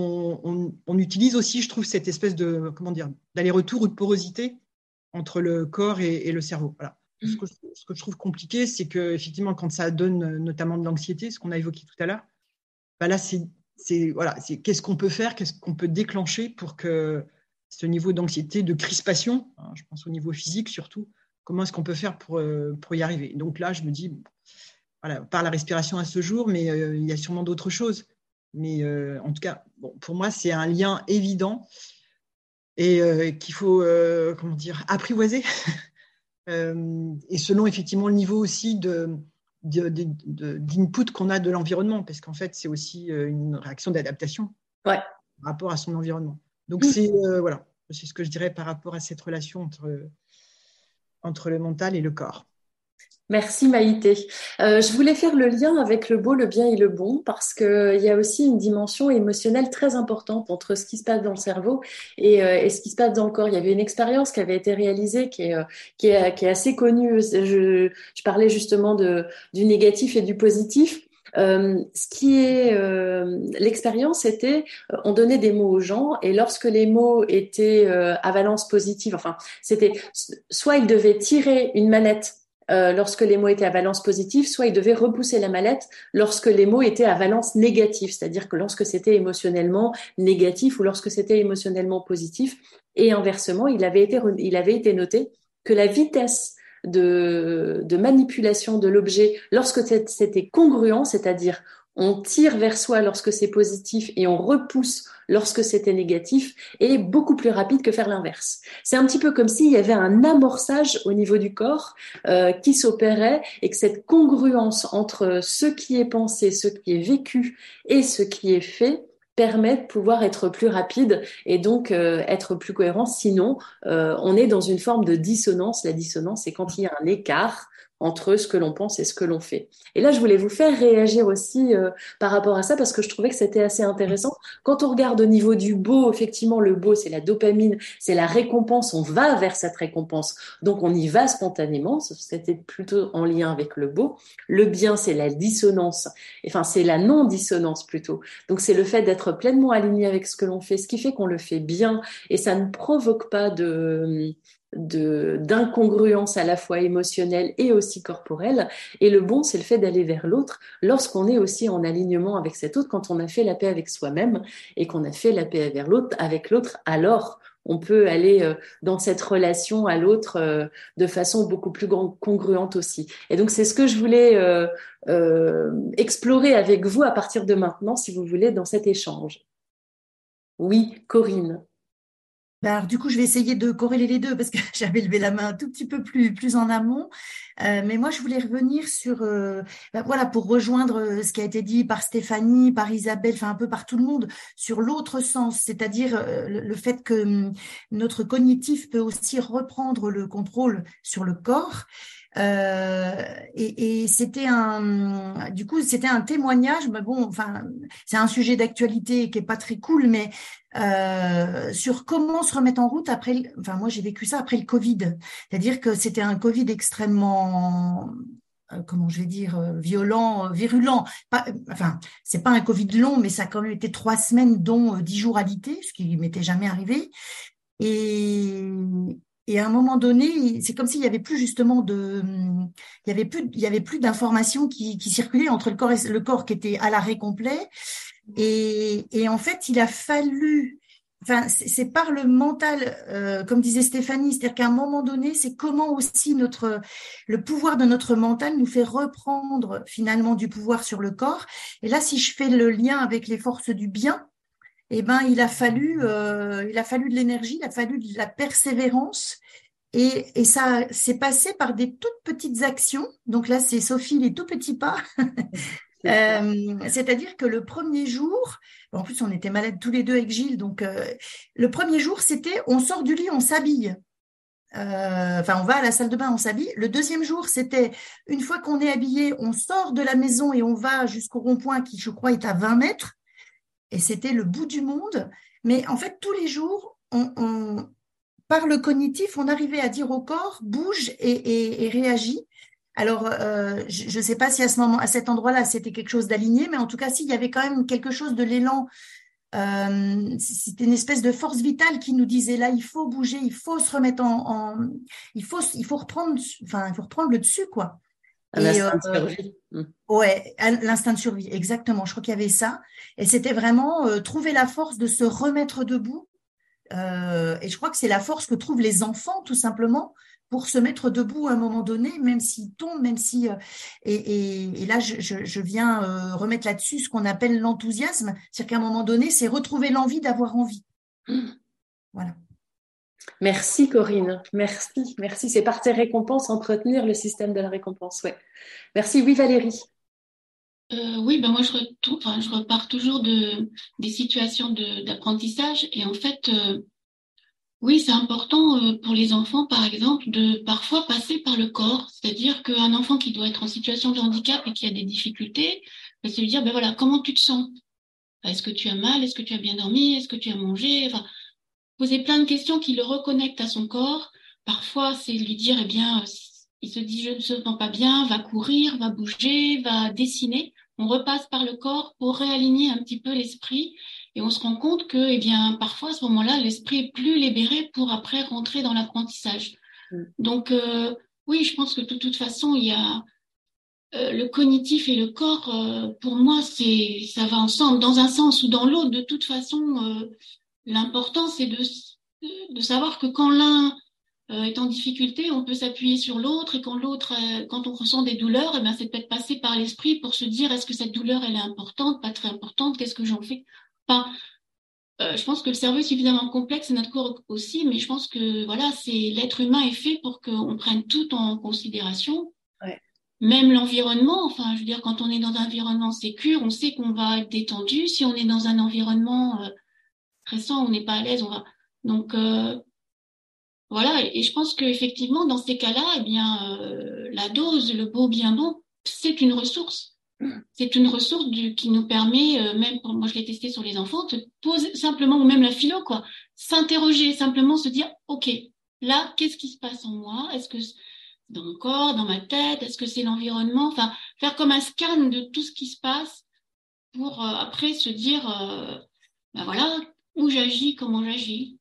on utilise aussi, je trouve, cette espèce de, d'aller-retour ou de porosité entre le corps et le cerveau. Voilà. Ce que je trouve compliqué, c'est qu'effectivement, quand ça donne notamment de l'anxiété, ce qu'on a évoqué tout à l'heure, là, c'est qu'est-ce qu'on peut faire, qu'est-ce qu'on peut déclencher pour que ce niveau d'anxiété, de crispation, je pense au niveau physique surtout, comment est-ce qu'on peut faire pour y arriver. Donc là, je me dis, par la respiration à ce jour, mais il y a sûrement d'autres choses. Mais en tout cas, pour moi, c'est un lien évident et qu'il faut apprivoiser. Et selon effectivement le niveau aussi d'input qu'on a de l'environnement, parce qu'en fait, c'est aussi une réaction d'adaptation par rapport à son environnement. Donc, c'est ce que je dirais par rapport à cette relation entre le mental et le corps. Merci Maïté. Je voulais faire le lien avec le beau, le bien et le bon, parce qu'il y a aussi une dimension émotionnelle très importante entre ce qui se passe dans le cerveau et ce qui se passe dans le corps. Il y avait une expérience qui avait été réalisée qui est assez connue. Je parlais justement du négatif et du positif. L'expérience était, on donnait des mots aux gens et lorsque les mots étaient à valence positive, c'était soit ils devaient tirer une mallette lorsque les mots étaient à valence positive, soit ils devaient repousser la mallette lorsque les mots étaient à valence négative, c'est-à-dire que lorsque c'était émotionnellement négatif ou lorsque c'était émotionnellement positif. Et inversement, il avait été noté que la vitesse de manipulation de l'objet lorsque c'était congruent, c'est-à-dire on tire vers soi lorsque c'est positif et on repousse lorsque c'était négatif, est beaucoup plus rapide que faire l'inverse. C'est un petit peu comme s'il y avait un amorçage au niveau du corps qui s'opérait et que cette congruence entre ce qui est pensé, ce qui est vécu et ce qui est fait permet de pouvoir être plus rapide et donc être plus cohérent. Sinon, on est dans une forme de dissonance. La dissonance, c'est quand il y a un écart entre ce que l'on pense et ce que l'on fait. Et là, je voulais vous faire réagir aussi par rapport à ça parce que je trouvais que c'était assez intéressant. Quand on regarde au niveau du beau, effectivement, le beau, c'est la dopamine, c'est la récompense, on va vers cette récompense. Donc, on y va spontanément, c'était plutôt en lien avec le beau. Le bien, c'est la dissonance, enfin, c'est la non-dissonance plutôt. Donc, c'est le fait d'être pleinement aligné avec ce que l'on fait, ce qui fait qu'on le fait bien et ça ne provoque pas d'incongruence à la fois émotionnelle et aussi corporelle. Et le bon, c'est le fait d'aller vers l'autre lorsqu'on est aussi en alignement avec cet autre, quand on a fait la paix avec soi-même et qu'on a fait la paix avec l'autre, alors on peut aller dans cette relation à l'autre de façon beaucoup plus congruente aussi. Et donc, c'est ce que je voulais explorer avec vous à partir de maintenant, si vous voulez, dans cet échange. Oui, Corinne. Alors, du coup, je vais essayer de corréler les deux parce que j'avais levé la main un tout petit peu plus en amont. Mais moi, je voulais revenir sur, voilà, pour rejoindre ce qui a été dit par Stéphanie, par Isabelle, enfin un peu par tout le monde, sur l'autre sens, c'est-à-dire le fait que notre cognitif peut aussi reprendre le contrôle sur le corps. Et c'était du coup, c'était un témoignage, mais bon, enfin, c'est un sujet d'actualité qui est pas très cool, mais sur comment se remettre en route après, enfin, moi, j'ai vécu ça après le Covid. C'est-à-dire que c'était un Covid extrêmement, comment je vais dire, violent, virulent. Enfin, c'est pas un Covid long, mais ça a quand même été 3 semaines, dont 10 jours alités, ce qui m'était jamais arrivé. Et à un moment donné, c'est comme s'il y avait plus justement il y avait plus d'informations qui circulaient entre le corps qui était à l'arrêt complet. Et en fait, il a fallu, enfin, c'est par le mental, comme disait Stéphanie, c'est-à-dire qu'à un moment donné, c'est comment aussi le pouvoir de notre mental nous fait reprendre finalement du pouvoir sur le corps. Et là, si je fais le lien avec les forces du bien, eh ben, il a fallu de l'énergie, il a fallu de la persévérance, et ça s'est passé par des toutes petites actions. Donc là, c'est Sophie, les tout petits pas. C'est-à-dire que le premier jour, en plus, on était malades tous les deux avec Gilles, donc le premier jour, c'était on sort du lit, on s'habille. Enfin, on va à la salle de bain, on s'habille. Le deuxième jour, c'était une fois qu'on est habillé, on sort de la maison et on va jusqu'au rond-point qui, je crois, est à 20 mètres. Et c'était le bout du monde. Mais en fait, tous les jours, par le cognitif, on arrivait à dire au corps, bouge et réagit. Alors, je ne sais pas si à cet endroit-là, c'était quelque chose d'aligné, mais en tout cas, s'il y avait quand même quelque chose de l'élan, c'était une espèce de force vitale qui nous disait là, il faut bouger, il faut se remettre il faut reprendre le dessus, quoi. L'instinct de survie. Ouais, l'instinct de survie, exactement. Je crois qu'il y avait ça. Et c'était vraiment trouver la force de se remettre debout. Et je crois que c'est la force que trouvent les enfants, tout simplement, pour se mettre debout à un moment donné, même s'ils tombent, même si... et là, je viens remettre là-dessus ce qu'on appelle l'enthousiasme. C'est-à-dire qu'à un moment donné, c'est retrouver l'envie d'avoir envie. Voilà. Merci Corinne, merci. C'est par tes récompenses, entretenir le système de la récompense, ouais. Merci, oui Valérie. Oui, ben moi je repars toujours des situations d'apprentissage et en fait, oui, c'est important pour les enfants, par exemple, de parfois passer par le corps, c'est-à-dire qu'un enfant qui doit être en situation de handicap et qui a des difficultés, ben, c'est lui dire, ben voilà, comment tu te sens? Est-ce que tu as mal? Est-ce que tu as bien dormi? Est-ce que tu as mangé? Enfin, poser plein de questions qui le reconnectent à son corps. Parfois, c'est lui dire, eh bien, il se dit, je ne me sens pas bien, va courir, va bouger, va dessiner. On repasse par le corps pour réaligner un petit peu l'esprit et on se rend compte que, eh bien, parfois, à ce moment-là, l'esprit est plus libéré pour après rentrer dans l'apprentissage. Donc, oui, je pense que de toute façon, il y a le cognitif et le corps, pour moi, ça va ensemble, dans un sens ou dans l'autre. De toute façon, l'important, c'est de savoir que quand l'un est en difficulté, on peut s'appuyer sur l'autre et quand on ressent des douleurs, eh ben, c'est peut-être passer par l'esprit pour se dire est-ce que cette douleur elle est importante, pas très importante, qu'est-ce que j'en fais? Enfin, je pense que le cerveau est suffisamment complexe et notre corps aussi, mais je pense que voilà, l'être humain est fait pour qu'on prenne tout en considération. Ouais. Même l'environnement, enfin, je veux dire, quand on est dans un environnement sécure, on sait qu'on va être détendu. Si on est dans un environnement stressant, on n'est pas à l'aise, donc voilà. Et je pense qu'effectivement, dans ces cas-là, eh bien, la dose, le beau bien bon, c'est une ressource. C'est une ressource qui nous permet, même moi je l'ai testé sur les enfants, de poser simplement, ou même la philo, quoi, s'interroger, simplement se dire, ok, là, qu'est-ce qui se passe en moi? Est-ce que c'est dans mon corps, dans ma tête? Est-ce que c'est l'environnement? Enfin, faire comme un scan de tout ce qui se passe pour après se dire, ben voilà, où j'agis, comment j'agis.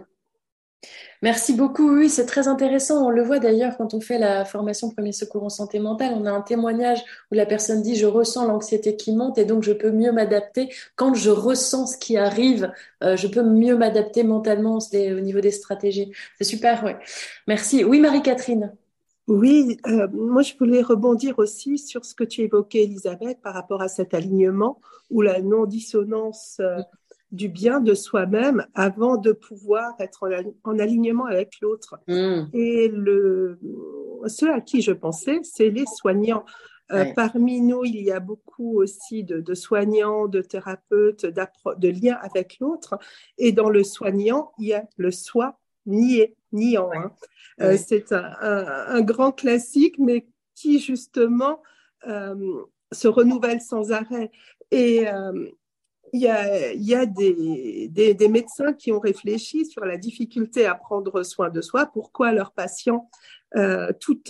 Merci beaucoup. Oui, c'est très intéressant. On le voit d'ailleurs quand on fait la formation premier secours en santé mentale. On a un témoignage où la personne dit je ressens l'anxiété qui monte et donc je peux mieux m'adapter. Quand je ressens ce qui arrive, je peux mieux m'adapter mentalement au niveau des stratégies. C'est super, oui. Merci. Oui, Marie-Catherine. Oui, moi je voulais rebondir aussi sur ce que tu évoquais, Elisabeth, par rapport à cet alignement ou la non-dissonance du bien de soi-même avant de pouvoir être en alignement avec l'autre. Et ceux à qui je pensais, c'est les soignants. Parmi nous, il y a beaucoup aussi de soignants, de thérapeutes, de liens avec l'autre. Et dans le soignant, il y a le soi niant. C'est un grand classique, mais qui justement se renouvelle sans arrêt. Et il y a des médecins qui ont réfléchi sur la difficulté à prendre soin de soi, pourquoi leurs patients, tout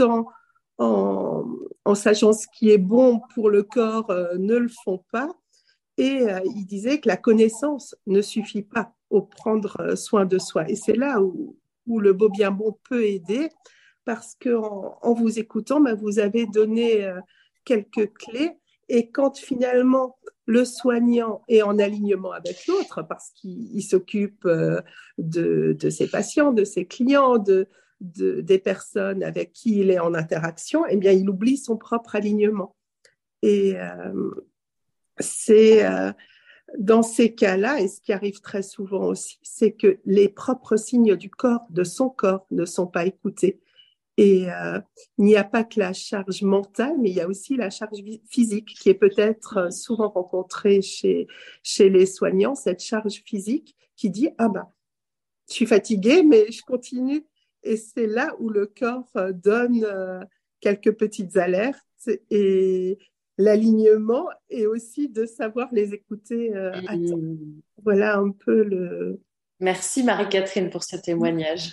en sachant ce qui est bon pour le corps, ne le font pas. Et ils disaient que la connaissance ne suffit pas pour prendre soin de soi. Et c'est là où le beau bien bon peut aider, parce qu'en vous écoutant, vous avez donné quelques clés. Et quand finalement le soignant est en alignement avec l'autre, parce qu'il s'occupe de ses patients, de ses clients, des personnes avec qui il est en interaction, eh bien, il oublie son propre alignement. Et c'est dans ces cas-là, et ce qui arrive très souvent aussi, c'est que les propres signes du corps, de son corps, ne sont pas écoutés. Et il n'y a pas que la charge mentale, mais il y a aussi la charge physique qui est peut-être souvent rencontrée chez les soignants, cette charge physique qui dit « Ah ben, je suis fatiguée, mais je continue ». Et c'est là où le corps donne quelques petites alertes et l'alignement et aussi de savoir les écouter à temps. Voilà un peu le... Merci Marie-Catherine pour ce témoignage.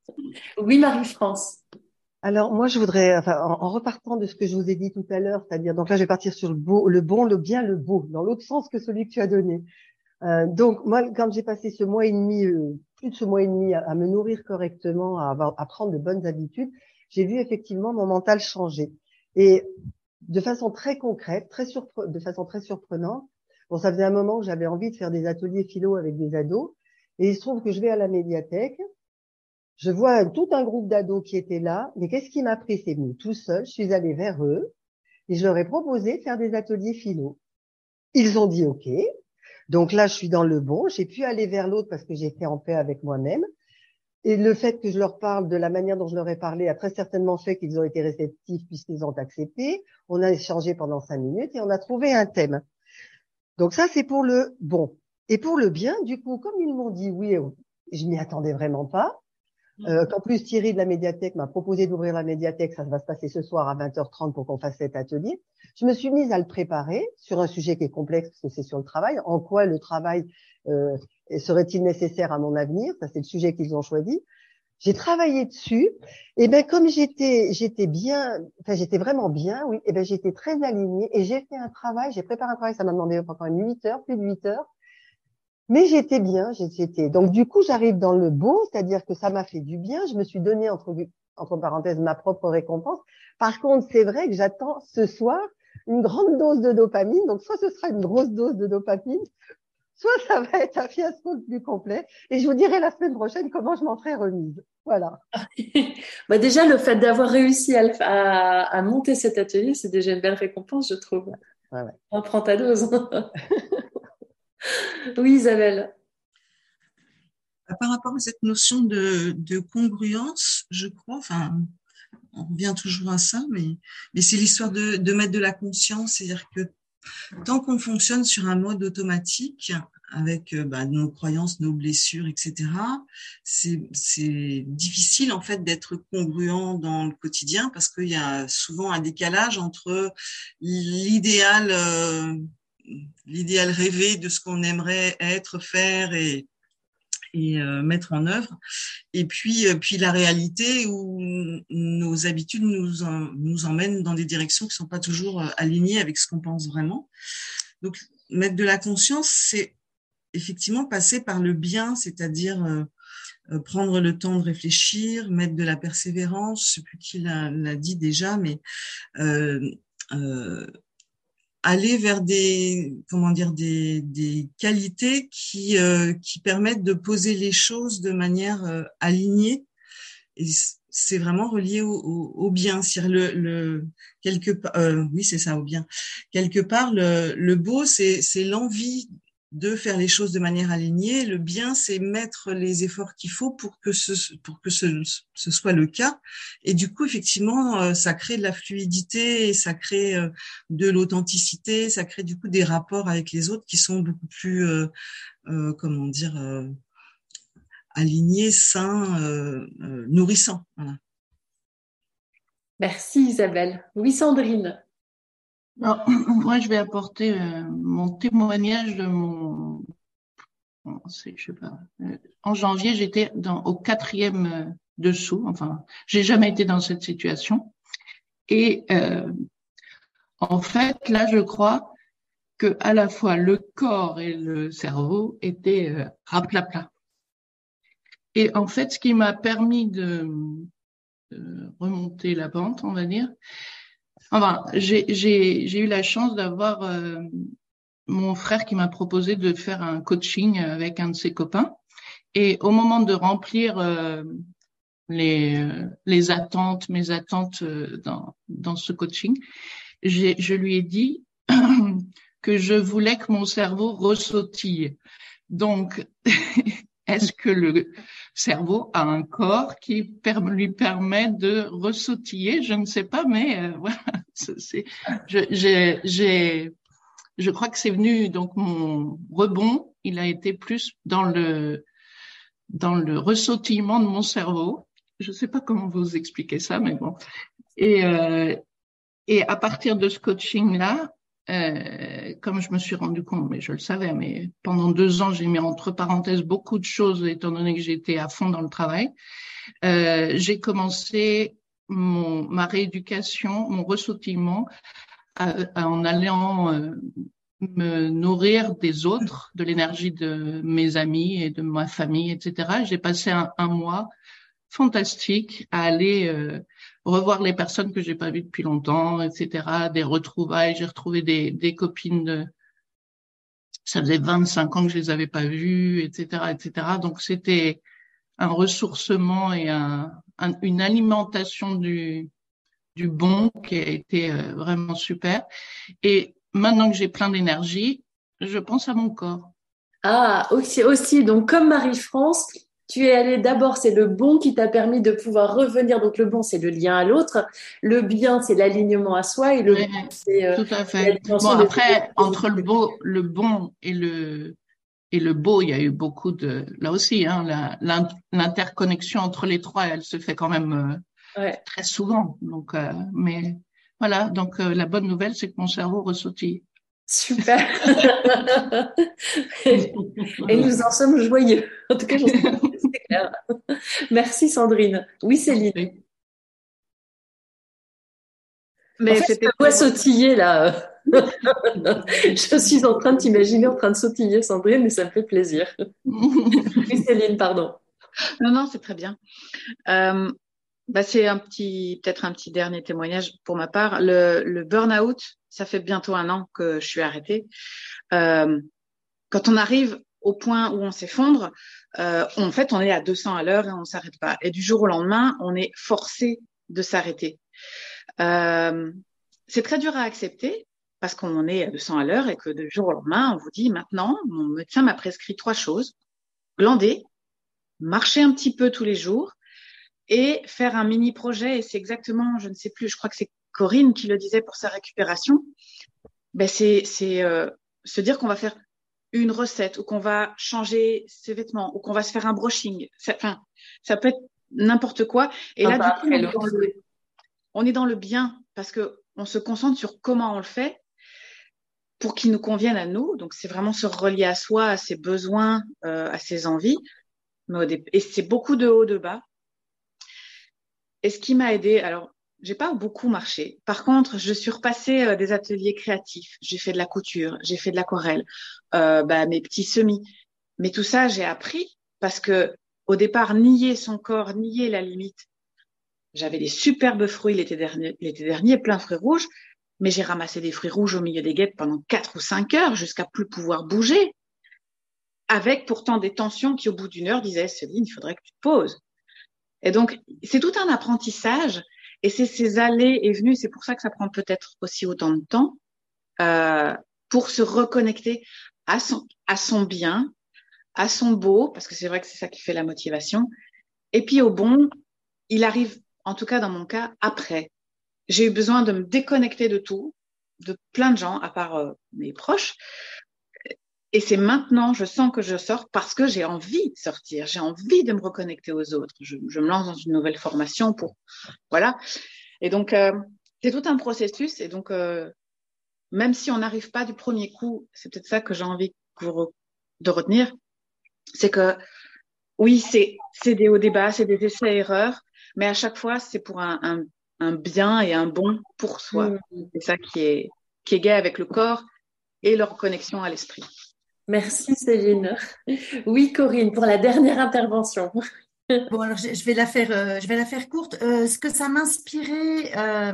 Oui, Marie-France. Alors, moi, je voudrais, en repartant de ce que je vous ai dit tout à l'heure, c'est-à-dire, donc là, je vais partir sur le beau, le bon, le bien, le beau, dans l'autre sens que celui que tu as donné. Donc, moi, quand j'ai passé ce mois et demi, plus de ce mois et demi à me nourrir correctement, à prendre de bonnes habitudes, j'ai vu effectivement mon mental changer. Et de façon très concrète, de façon très surprenante, bon, ça faisait un moment que j'avais envie de faire des ateliers philo avec des ados. Et il se trouve que je vais à la médiathèque. Je vois tout un groupe d'ados qui étaient là, mais qu'est-ce qui m'a pris? C'est venu tout seul, je suis allée vers eux et je leur ai proposé de faire des ateliers philo. Ils ont dit OK. Donc là, je suis dans le bon. J'ai pu aller vers l'autre parce que j'étais en paix avec moi-même. Et le fait que je leur parle de la manière dont je leur ai parlé a très certainement fait qu'ils ont été réceptifs puisqu'ils ont accepté. On a échangé pendant 5 minutes et on a trouvé un thème. Donc ça, c'est pour le bon. Et pour le bien, du coup, comme ils m'ont dit oui, je m'y attendais vraiment pas. Qu'en plus Thierry de la médiathèque m'a proposé d'ouvrir la médiathèque, ça va se passer ce soir à 20h30 pour qu'on fasse cet atelier. Je me suis mise à le préparer sur un sujet qui est complexe parce que c'est sur le travail. En quoi le travail serait-il nécessaire à mon avenir? Ça, c'est le sujet qu'ils ont choisi. J'ai travaillé dessus. Et ben comme j'étais bien, enfin j'étais vraiment bien, oui. Et ben j'étais très alignée et j'ai fait un travail. J'ai préparé un travail. Ça m'a demandé quand même 8 heures, plus de 8 heures. Mais j'étais bien, donc du coup j'arrive dans le beau, c'est-à-dire que ça m'a fait du bien, je me suis donné entre parenthèses ma propre récompense. Par contre, c'est vrai que j'attends ce soir une grande dose de dopamine, donc soit ce sera une grosse dose de dopamine, soit ça va être un fiasco le plus complet. Et je vous dirai la semaine prochaine comment je m'en serai remise. Voilà. Bah déjà, le fait d'avoir réussi à monter cet atelier, c'est déjà une belle récompense, je trouve. Ouais. Prends ta dose. Oui, Isabelle. Par rapport à cette notion de congruence, je crois, enfin, on revient toujours à ça, mais c'est l'histoire de mettre de la conscience, c'est-à-dire que tant qu'on fonctionne sur un mode automatique, avec nos croyances, nos blessures, etc., c'est difficile en fait d'être congruent dans le quotidien parce qu'il y a souvent un décalage entre l'idéal rêvé de ce qu'on aimerait être, faire et mettre en œuvre, et puis la réalité où nos habitudes nous emmènent dans des directions qui sont pas toujours alignées avec ce qu'on pense vraiment. Donc mettre de la conscience, c'est effectivement passer par le bien, c'est-à-dire prendre le temps de réfléchir, mettre de la persévérance, je sais plus qui l'a dit déjà, mais aller vers des qualités qui permettent de poser les choses de manière alignée, et c'est vraiment relié au bien. C'est-à-dire oui, c'est ça, au bien. Quelque part, le beau, c'est l'envie de faire les choses de manière alignée. Le bien, c'est mettre les efforts qu'il faut pour que ce soit le cas. Et du coup, effectivement, ça crée de la fluidité, et ça crée de l'authenticité, ça crée du coup des rapports avec les autres qui sont beaucoup plus, alignés, sains, nourrissants. Voilà. Merci Isabelle. Oui, Sandrine. Alors, moi, je vais apporter mon témoignage de je sais pas. En janvier, j'étais au 4e dessous. Enfin, j'ai jamais été dans cette situation. Et en fait, là, je crois que à la fois le corps et le cerveau étaient raplapla. Et en fait, ce qui m'a permis de remonter la pente, on va dire. Enfin, j'ai eu la chance d'avoir mon frère qui m'a proposé de faire un coaching avec un de ses copains. Et au moment de remplir mes attentes dans ce coaching, je lui ai dit que je voulais que mon cerveau ressautille. Donc, est-ce que le cerveau a un corps qui lui permet de ressautiller? Je ne sais pas, mais voilà. Je crois que c'est venu, donc mon rebond, il a été plus dans le ressautillement de mon cerveau. Je ne sais pas comment vous expliquer ça, mais bon. Et à partir de ce coaching-là, comme je me suis rendu compte, mais je le savais, mais pendant 2 ans, j'ai mis entre parenthèses beaucoup de choses, étant donné que j'étais à fond dans le travail. J'ai commencé ma rééducation, mon ressautillement, en allant me nourrir des autres, de l'énergie de mes amis et de ma famille, etc. J'ai passé un mois fantastique à aller revoir les personnes que j'ai pas vues depuis longtemps, etc. Des retrouvailles. J'ai retrouvé des copines ça faisait 25 ans que je les avais pas vues, etc., etc. Donc c'était un ressourcement et une alimentation du bon qui a été vraiment super. Et maintenant que j'ai plein d'énergie, je pense à mon corps. Ah, aussi. Donc, comme Marie-France, tu es allée d'abord, c'est le bon qui t'a permis de pouvoir revenir. Donc, le bon, c'est le lien à l'autre. Le bien, c'est l'alignement à soi. Et le bon, c'est tout à fait. Bon, après, entre le bon et le beau, il y a eu beaucoup là aussi, hein, l'interconnexion entre les trois, elle se fait quand même très souvent. Donc, mais voilà. Donc, la bonne nouvelle, c'est que mon cerveau ressautille. Super. Et nous en sommes joyeux. En tout cas, j'en suis c'est clair. Merci Sandrine. Oui, Céline. Mais en fait, je me vois sautiller là. Je suis en train de t'imaginer en train de sautiller, Sandrine, mais ça me fait plaisir. Oui, Céline, pardon. Non, c'est très bien. C'est peut-être un petit dernier témoignage pour ma part. Le burn-out, ça fait bientôt 1 an que je suis arrêtée. quand on arrive au point où on s'effondre, en fait, on est à 200 à l'heure et on ne s'arrête pas. Et du jour au lendemain, on est forcé de s'arrêter. C'est très dur à accepter parce qu'on est à 200 à l'heure et que du jour au lendemain, on vous dit maintenant, mon médecin m'a prescrit 3 choses. Glander, marcher un petit peu tous les jours et faire un mini projet. Et c'est exactement, je ne sais plus, je crois que c'est Corinne qui le disait pour sa récupération. Ben c'est se dire qu'on va faire une recette ou qu'on va changer ses vêtements ou qu'on va se faire un brushing. Ça peut être n'importe quoi. Et là, du coup, on est dans le bien parce que on se concentre sur comment on le fait pour qu'il nous convienne à nous. Donc, c'est vraiment se relier à soi, à ses besoins, à ses envies. Et c'est beaucoup de haut, de bas. Et ce qui m'a aidé, alors, j'ai pas beaucoup marché. Par contre, je suis repassée des ateliers créatifs. J'ai fait de la couture, j'ai fait de l'aquarelle, mes petits semis. Mais tout ça, j'ai appris parce que au départ, nier son corps, nier la limite. J'avais des superbes fruits l'été dernier, plein de fruits rouges, mais j'ai ramassé des fruits rouges au milieu des guêpes pendant 4 ou 5 heures jusqu'à plus pouvoir bouger. Avec pourtant des tensions qui, au bout d'une heure, disaient, Céline, il faudrait que tu te poses. Et donc, c'est tout un apprentissage. Et c'est ces allées et venues, c'est pour ça que ça prend peut-être aussi autant de temps, pour se reconnecter à son bien, à son beau, parce que c'est vrai que c'est ça qui fait la motivation. Et puis au bon, il arrive, en tout cas dans mon cas, après. J'ai eu besoin de me déconnecter de tout, de plein de gens, à part mes proches. Et c'est maintenant, je sens que je sors parce que j'ai envie de sortir, j'ai envie de me reconnecter aux autres. Je me lance dans une nouvelle formation voilà. Et donc, c'est tout un processus. Et donc, même si on n'arrive pas du premier coup, c'est peut-être ça que j'ai envie de retenir, c'est que oui, c'est des hauts débats, c'est des essais-erreurs, mais à chaque fois, c'est pour un bien et un bon pour soi. C'est ça qui est gai avec le corps et leur connexion à l'esprit. Merci Céline. Oui, Corinne, pour la dernière intervention. Bon, alors je vais la faire courte. Ce que ça m'inspirait,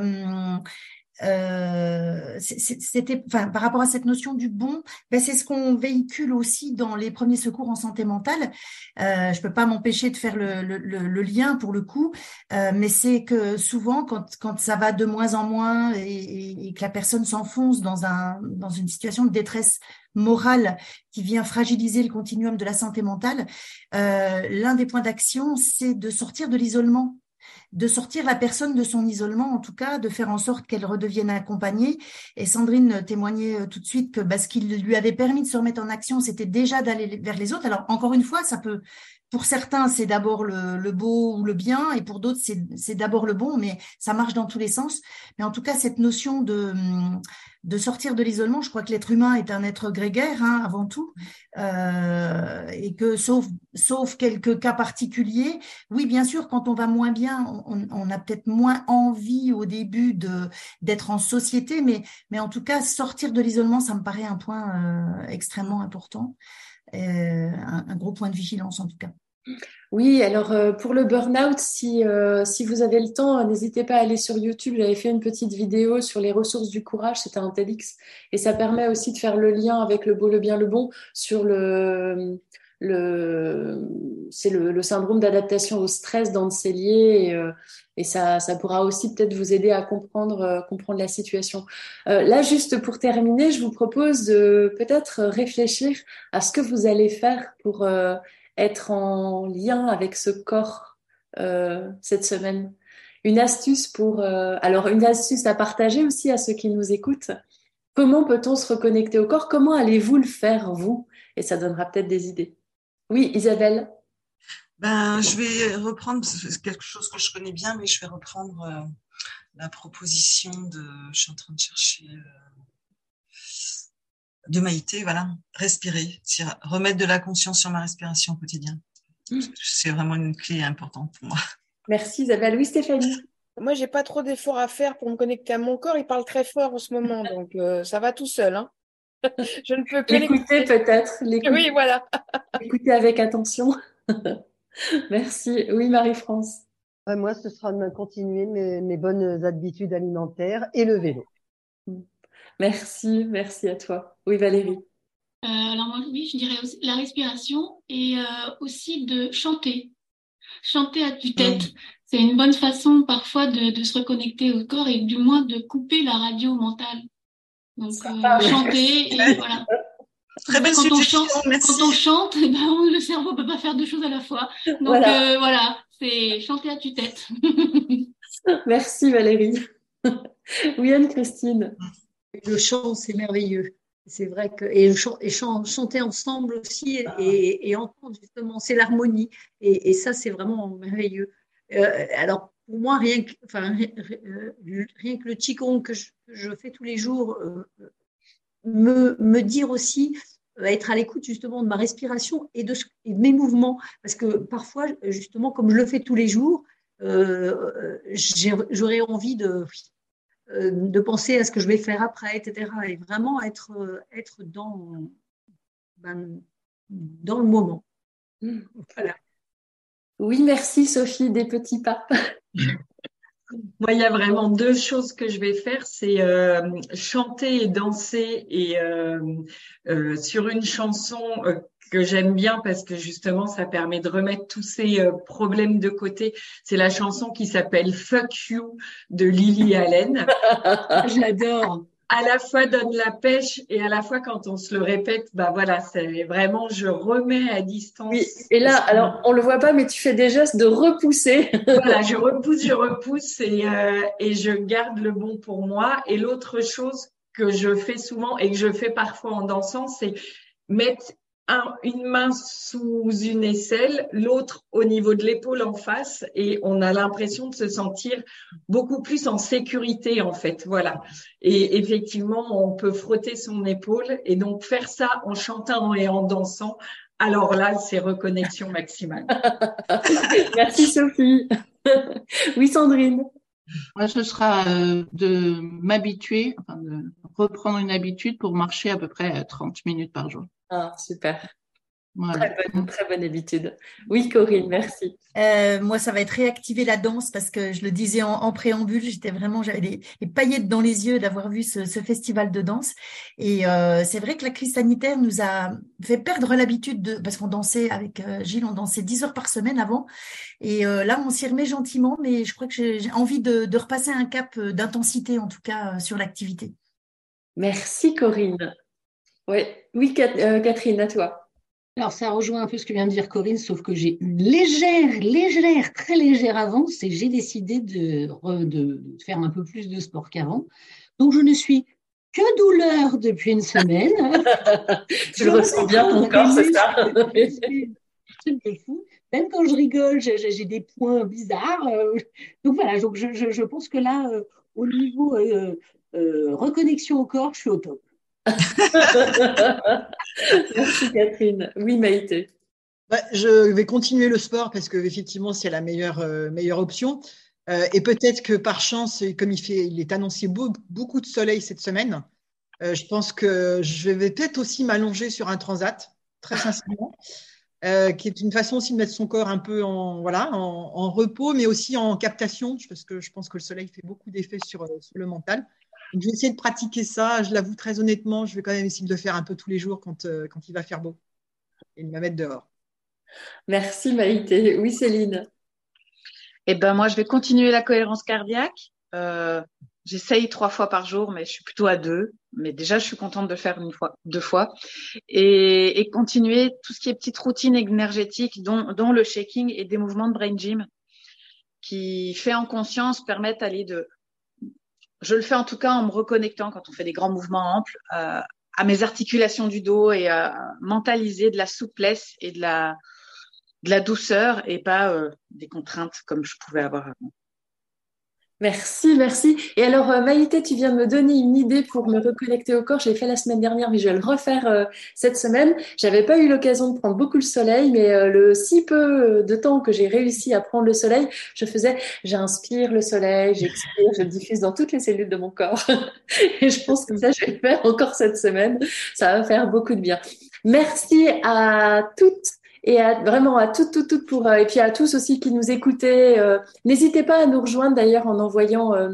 c'était, enfin, par rapport à cette notion du bon, c'est ce qu'on véhicule aussi dans les premiers secours en santé mentale. Je peux pas m'empêcher de faire le lien pour le coup, mais c'est que souvent quand ça va de moins en moins et que la personne s'enfonce dans une situation de détresse morale qui vient fragiliser le continuum de la santé mentale, l'un des points d'action, c'est de sortir de l'isolement, de sortir la personne de son isolement, en tout cas, de faire en sorte qu'elle redevienne accompagnée. Et Sandrine témoignait tout de suite que ce qui lui avait permis de se remettre en action, c'était déjà d'aller vers les autres. Alors, encore une fois, pour certains, c'est d'abord le beau ou le bien, et pour d'autres, c'est d'abord le bon, mais ça marche dans tous les sens. Mais en tout cas, cette notion de sortir de l'isolement, je crois que l'être humain est un être grégaire, avant tout, et que sauf quelques cas particuliers, oui, bien sûr, quand on va moins bien, on a peut-être moins envie au début d'être en société, mais en tout cas, sortir de l'isolement, ça me paraît un point extrêmement important. Un gros point de vigilance en tout cas. Oui, alors pour le burn-out, si vous avez le temps, n'hésitez pas à aller sur YouTube. J'avais fait une petite vidéo sur les ressources du courage, c'était un TEDx, et ça permet aussi de faire le lien avec le beau, le bien, le bon sur c'est le syndrome d'adaptation au stress d'Ancelier, et ça pourra aussi peut-être vous aider à comprendre la situation. Là, juste pour terminer, je vous propose de peut-être réfléchir à ce que vous allez faire pour être en lien avec ce corps cette semaine. Une astuce une astuce à partager aussi à ceux qui nous écoutent. Comment peut-on se reconnecter au corps? Comment allez-vous le faire, vous? Et ça donnera peut-être des idées. Oui, Isabelle? Je vais reprendre, c'est quelque chose que je connais bien, mais je vais reprendre la proposition je suis en train de chercher, de Maïté, voilà, respirer, remettre de la conscience sur ma respiration au quotidien. C'est vraiment une clé importante pour moi. Merci Isabelle. Oui, Stéphanie? Moi, j'ai pas trop d'efforts à faire pour me connecter à mon corps. Il parle très fort en ce moment, donc ça va tout seul. Hein. Je ne peux que l'écouter peut-être. Oui, voilà. Écouter avec attention. Merci. Oui, Marie-France. Moi, ce sera de continuer mes bonnes habitudes alimentaires et le vélo. Merci à toi. Oui, Valérie. Alors moi, oui, je dirais aussi la respiration et aussi de chanter. Chanter à tue-tête. C'est une bonne façon parfois de se reconnecter au corps et du moins de couper la radio mentale. Donc chanter et voilà. Très belle suggestion, merci. Quand on chante, le cerveau peut pas faire deux choses à la fois. Donc voilà, c'est chanter à tue-tête. Merci Valérie. Oui, Anne-Christine. Le chant, c'est merveilleux. C'est vrai que chanter ensemble aussi et entendre justement, c'est l'harmonie et ça c'est vraiment merveilleux. Alors pour moi rien que le qigong que je fais tous les jours me dire aussi être à l'écoute justement de ma respiration et de mes mouvements parce que parfois justement comme je le fais tous les jours j'aurais envie de penser à ce que je vais faire après, etc. Et vraiment être dans le moment. Voilà. Oui, merci Sophie, des petits pas. Moi, il y a vraiment deux choses que je vais faire, c'est chanter et danser et sur une chanson que j'aime bien parce que justement ça permet de remettre tous ces problèmes de côté. C'est la chanson qui s'appelle Fuck You de Lily Allen. J'adore. À la fois donne la pêche et à la fois quand on se le répète, bah voilà, c'est vraiment je remets à distance. Oui, et là, alors on le voit pas, mais tu fais des gestes de repousser. Voilà, je repousse et je garde le bon pour moi. Et l'autre chose que je fais souvent et que je fais parfois en dansant, c'est mettre une main sous une aisselle, l'autre au niveau de l'épaule en face et on a l'impression de se sentir beaucoup plus en sécurité en fait, voilà. Et effectivement, on peut frotter son épaule et donc faire ça en chantant et en dansant. Alors là, c'est reconnexion maximale. Merci Sophie. Oui, Sandrine. Moi, ce sera de m'habituer, de reprendre une habitude pour marcher à peu près 30 minutes par jour. Ah, super. Voilà. Très bonne habitude. Oui, Corinne, merci. Moi, ça va être réactiver la danse parce que je le disais en préambule, j'avais les paillettes dans les yeux d'avoir vu ce festival de danse. Et c'est vrai que la crise sanitaire nous a fait perdre l'habitude parce qu'on dansait avec Gilles, on dansait 10 heures par semaine avant. Et là, on s'y remet gentiment, mais je crois que j'ai envie de repasser un cap d'intensité, en tout cas, sur l'activité. Merci, Corinne. Oui, Catherine, à toi. Alors, ça rejoint un peu ce que vient de dire Corinne, sauf que j'ai une très légère avance et j'ai décidé de faire un peu plus de sport qu'avant. Donc, je ne suis que douleur depuis une semaine. Tu le ressens bien, ton corps, c'est ça? C'est fou. Même quand je rigole, j'ai des points bizarres. Donc, voilà, donc je pense que là, au niveau reconnexion au corps, je suis au top. Merci Catherine. Oui, Maïté. Je vais continuer le sport parce que effectivement c'est la meilleure option. Et peut-être que par chance, comme il est annoncé beaucoup de soleil cette semaine, je pense que je vais peut-être aussi m'allonger sur un transat, très sincèrement, qui est une façon aussi de mettre son corps un peu en repos, mais aussi en captation, parce que je pense que le soleil fait beaucoup d'effets sur le mental. Donc, je vais essayer de pratiquer ça. Je l'avoue très honnêtement, je vais quand même essayer de le faire un peu tous les jours quand il va faire beau et de me mettre dehors. Merci Maïté. Oui, Céline. Eh ben moi, je vais continuer la cohérence cardiaque. J'essaye 3 fois par jour, mais je suis plutôt à 2. Mais déjà, je suis contente de le faire 2 fois. Et continuer tout ce qui est petite routine énergétique, dont le shaking et des mouvements de brain gym qui, fait en conscience, permettent d'aller je le fais en tout cas en me reconnectant quand on fait des grands mouvements amples à mes articulations du dos et à mentaliser de la souplesse et de la douceur et pas des contraintes comme je pouvais avoir avant. Merci. Et alors, Maïté, tu viens de me donner une idée pour me reconnecter au corps. Je l'ai fait la semaine dernière, mais je vais le refaire cette semaine. J'avais pas eu l'occasion de prendre beaucoup le soleil, mais le si peu de temps que j'ai réussi à prendre le soleil, j'inspire le soleil, j'expire, je le diffuse dans toutes les cellules de mon corps. Et je pense que ça, je vais le faire encore cette semaine. Ça va faire beaucoup de bien. Merci à toutes. Et vraiment à toutes et puis à tous aussi qui nous écoutez. N'hésitez pas à nous rejoindre d'ailleurs en envoyant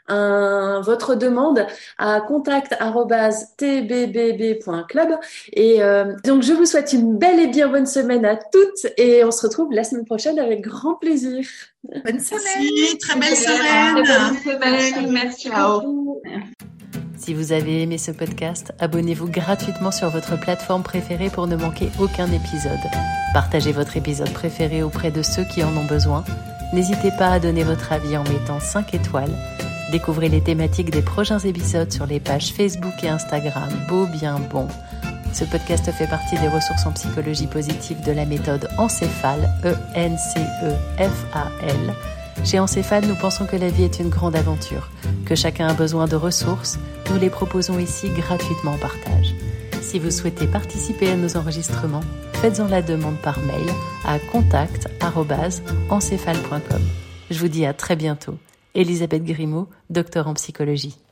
votre demande à contact@tbbb.club. Et donc, je vous souhaite une belle et bien bonne semaine à toutes et on se retrouve la semaine prochaine avec grand plaisir. Bonne semaine. Merci, très belle semaine. Bonne semaine. Merci beaucoup. Si vous avez aimé ce podcast, abonnez-vous gratuitement sur votre plateforme préférée pour ne manquer aucun épisode. Partagez votre épisode préféré auprès de ceux qui en ont besoin. N'hésitez pas à donner votre avis en mettant 5 étoiles. Découvrez les thématiques des prochains épisodes sur les pages Facebook et Instagram Beau Bien Bon. Ce podcast fait partie des ressources en psychologie positive de la méthode Encéphale, E-N-C-E-F-A-L. Chez Encéphale, nous pensons que la vie est une grande aventure, que chacun a besoin de ressources. Nous les proposons ici gratuitement en partage. Si vous souhaitez participer à nos enregistrements, faites-en la demande par mail à contact@encéphale.com. Je vous dis à très bientôt. Elisabeth Grimaud, docteur en psychologie.